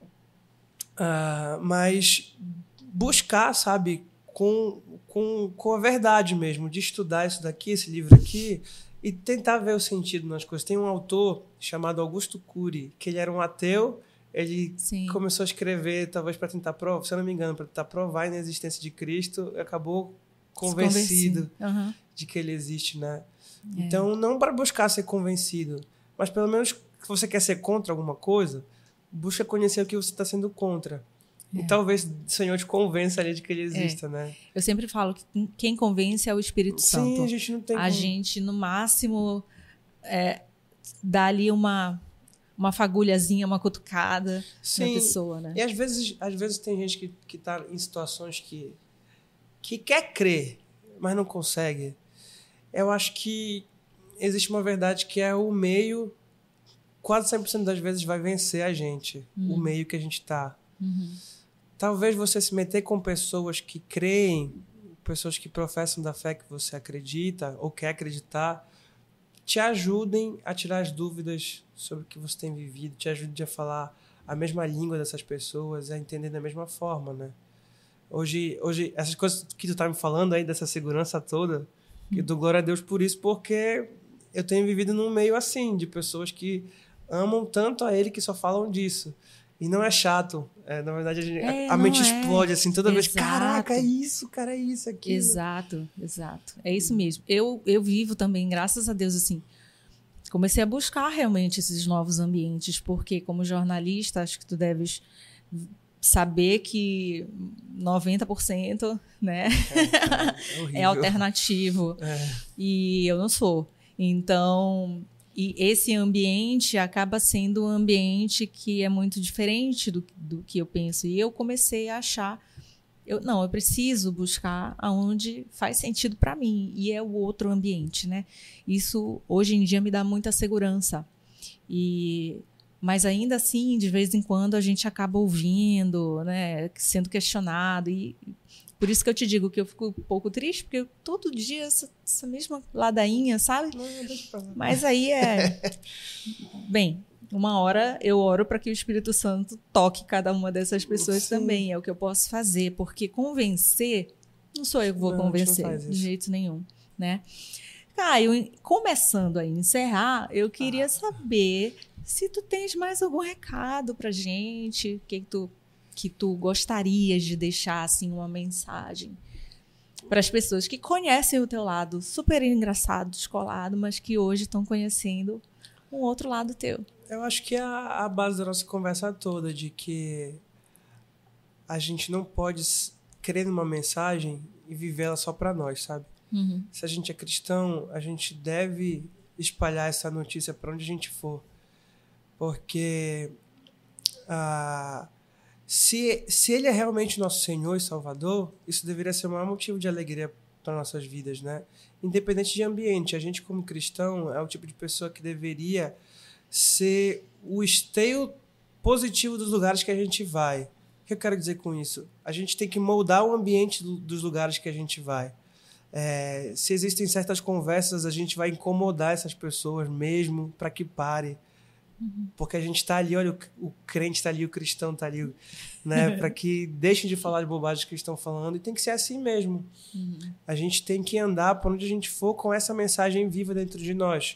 Mas buscar, sabe, com a verdade mesmo, de estudar isso daqui, esse livro aqui, e tentar ver o sentido nas coisas. Tem um autor chamado Augusto Cury, que ele era um ateu, ele começou a escrever, talvez para tentar provar, se eu não me engano, para tentar provar a inexistência de Cristo, e acabou convencido de que ele existe, né? Então, não para buscar ser convencido, mas pelo menos se você quer ser contra alguma coisa, busca conhecer o que você está sendo contra. E talvez o Senhor te convença ali de que ele exista, né? Eu sempre falo que quem convence é o Espírito Santo. Sim, a gente não tem A gente, no máximo, dá ali uma fagulhazinha, uma cutucada na pessoa, né? E às vezes tem gente que tá em situações que quer crer, mas não consegue. Eu acho que existe uma verdade que é o meio, quase 100% das vezes vai vencer a gente. O meio que a gente tá. talvez você se meter com pessoas que creem, pessoas que professam da fé que você acredita ou quer acreditar, te ajudem a tirar as dúvidas sobre o que você tem vivido, te ajudem a falar a mesma língua dessas pessoas, a entender da mesma forma, né? Hoje essas coisas que tu tá me falando aí, dessa segurança toda, eu dou glória a Deus por isso, porque eu tenho vivido num meio assim, de pessoas que amam tanto a Ele que só falam disso. E não é chato. Na verdade, a mente explode assim toda vez. Caraca, é isso, cara, é isso, aquilo. Exato. É isso mesmo. Eu vivo também, graças a Deus, assim, comecei a buscar realmente esses novos ambientes, porque como jornalista, acho que tu deves saber que 90%, né, é alternativo. E eu não sou. Então, e esse ambiente acaba sendo um ambiente que é muito diferente do que eu penso. E eu comecei a achar, eu preciso buscar aonde faz sentido para mim. E é o outro ambiente, né? Isso, hoje em dia, me dá muita segurança. Mas ainda assim, de vez em quando, a gente acaba ouvindo, né, sendo questionado. E por isso que eu te digo que eu fico um pouco triste, porque todo dia essa mesma ladainha, sabe? Mas aí Bem, uma hora eu oro para que o Espírito Santo toque cada uma dessas pessoas também. É o que eu posso fazer, porque convencer, não sou eu que vou convencer, de jeito nenhum, né? Caio, começando a encerrar, eu queria saber se tu tens mais algum recado pra gente, que tu gostarias de deixar assim uma mensagem para as pessoas que conhecem o teu lado super engraçado, descolado, mas que hoje estão conhecendo um outro lado teu. Eu acho que é a base da nossa conversa toda, de que a gente não pode crer numa mensagem e viver ela só para nós, sabe? Uhum. Se a gente é cristão, a gente deve espalhar essa notícia para onde a gente for. Porque se Ele é realmente nosso Senhor e Salvador, isso deveria ser o maior motivo de alegria para nossas vidas, né? Independente de ambiente, a gente como cristão é o tipo de pessoa que deveria ser o esteio positivo dos lugares que a gente vai. O que eu quero dizer com isso? A gente tem que moldar o ambiente dos lugares que a gente vai. Se existem certas conversas, a gente vai incomodar essas pessoas mesmo para que pare. Porque a gente está ali, olha, o crente está ali, o cristão está ali, né? Para que deixem de falar de bobagens que estão falando. E tem que ser assim mesmo. A gente tem que andar por onde a gente for com essa mensagem viva dentro de nós.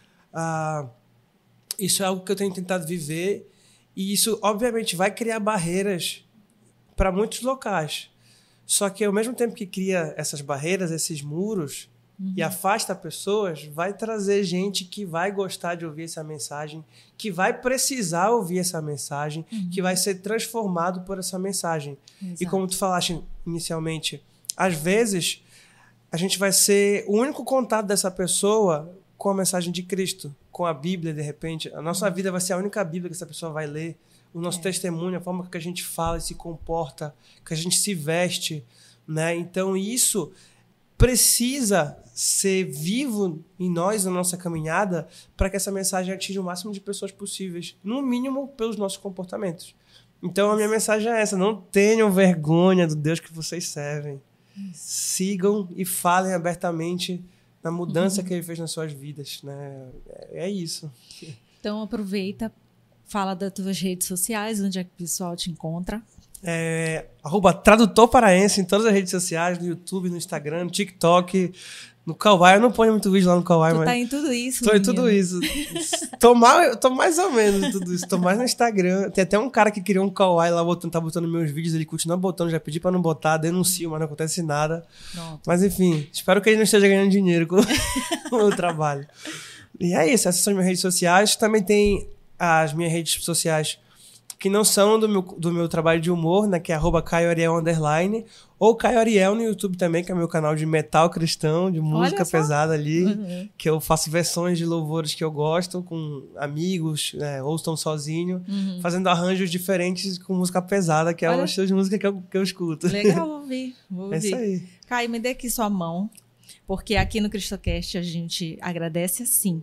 Isso é algo que eu tenho tentado viver. E isso, obviamente, vai criar barreiras para muitos locais. Só que, ao mesmo tempo que cria essas barreiras, esses muros, e afasta pessoas, vai trazer gente que vai gostar de ouvir essa mensagem, que vai precisar ouvir essa mensagem, que vai ser transformado por essa mensagem. Exato. E como tu falaste inicialmente, às vezes a gente vai ser o único contato dessa pessoa com a mensagem de Cristo, com a Bíblia, de repente. A nossa vida vai ser a única Bíblia que essa pessoa vai ler, o nosso testemunho, a forma que a gente fala e se comporta, que a gente se veste, né? Então isso precisa ser vivo em nós, na nossa caminhada, para que essa mensagem atinja o máximo de pessoas possíveis, no mínimo pelos nossos comportamentos. Então a minha mensagem é essa: não tenham vergonha do Deus que vocês servem. Sigam e falem abertamente na mudança que Ele fez nas suas vidas, né? É isso. Então aproveita, fala das tuas redes sociais, onde é que o pessoal te encontra. @Tradutor Paraense em todas as redes sociais, no YouTube, no Instagram, no TikTok, no Kawaii. Eu não ponho muito vídeo lá no Kawaii, mas... Tu tá em tudo isso, Tô menino. Em tudo isso. Tô mais ou menos em tudo isso. Tô mais no Instagram. Tem até um cara que criou um Kawaii lá, tá botando meus vídeos, ele continua botando, já pedi pra não botar, denuncio, mas não acontece nada. Pronto. Mas enfim, espero que ele não esteja ganhando dinheiro com o meu trabalho. E é isso, essas são as minhas redes sociais. Também tem as minhas redes sociais que não são do meu trabalho de humor, né, que é @CaioAriel_, ou Caio Ariel no YouTube também, que é meu canal de metal cristão, de música pesada ali, que eu faço versões de louvores que eu gosto, com amigos, né, ou estão sozinho, fazendo arranjos diferentes com música pesada, que é o estilo de música que eu escuto. Legal, vou ouvir. É isso aí. Caio, me dê aqui sua mão, porque aqui no CristoCast a gente agradece assim.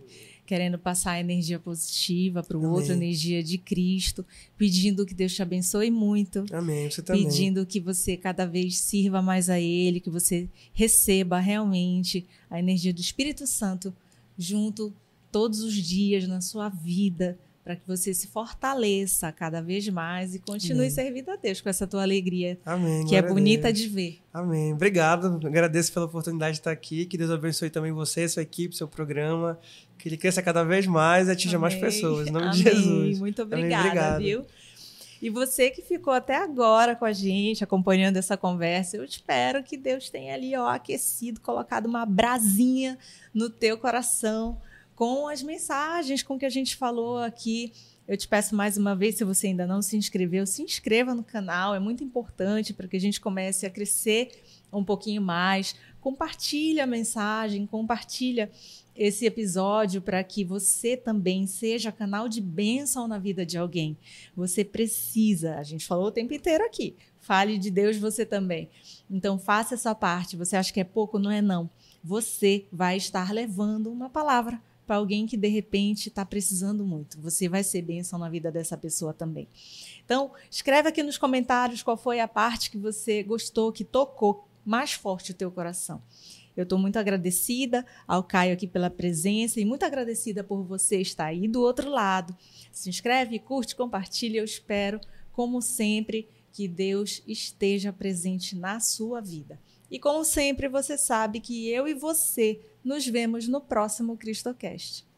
querendo passar energia positiva para o outro, energia de Cristo, pedindo que Deus te abençoe muito. Amém, você também. Pedindo que você cada vez sirva mais a Ele, que você receba realmente a energia do Espírito Santo junto todos os dias na sua vida, para que você se fortaleça cada vez mais e continue servindo a Deus com essa tua alegria, que é bonita de ver. Amém. Obrigado. Agradeço pela oportunidade de estar aqui. Que Deus abençoe também você, sua equipe, seu programa. Que ele cresça cada vez mais e atinja mais pessoas. Em nome de Jesus. Muito obrigada, viu? E você que ficou até agora com a gente, acompanhando essa conversa, eu espero que Deus tenha ali aquecido, colocado uma brasinha no teu coração, com as mensagens, com o que a gente falou aqui. Eu te peço mais uma vez, se você ainda não se inscreveu, se inscreva no canal, é muito importante para que a gente comece a crescer um pouquinho mais. Compartilha a mensagem, compartilha esse episódio para que você também seja canal de bênção na vida de alguém. Você precisa, a gente falou o tempo inteiro aqui, fale de Deus você também. Então faça essa parte, você acha que é pouco? Não é não. Você vai estar levando uma palavra para alguém que de repente está precisando muito. Você vai ser bênção na vida dessa pessoa também. Então, escreve aqui nos comentários qual foi a parte que você gostou, que tocou mais forte o teu coração. Eu estou muito agradecida ao Caio aqui pela presença e muito agradecida por você estar aí do outro lado. Se inscreve, curte, compartilha. Eu espero, como sempre, que Deus esteja presente na sua vida. E como sempre, você sabe que eu e você nos vemos no próximo CristoCast.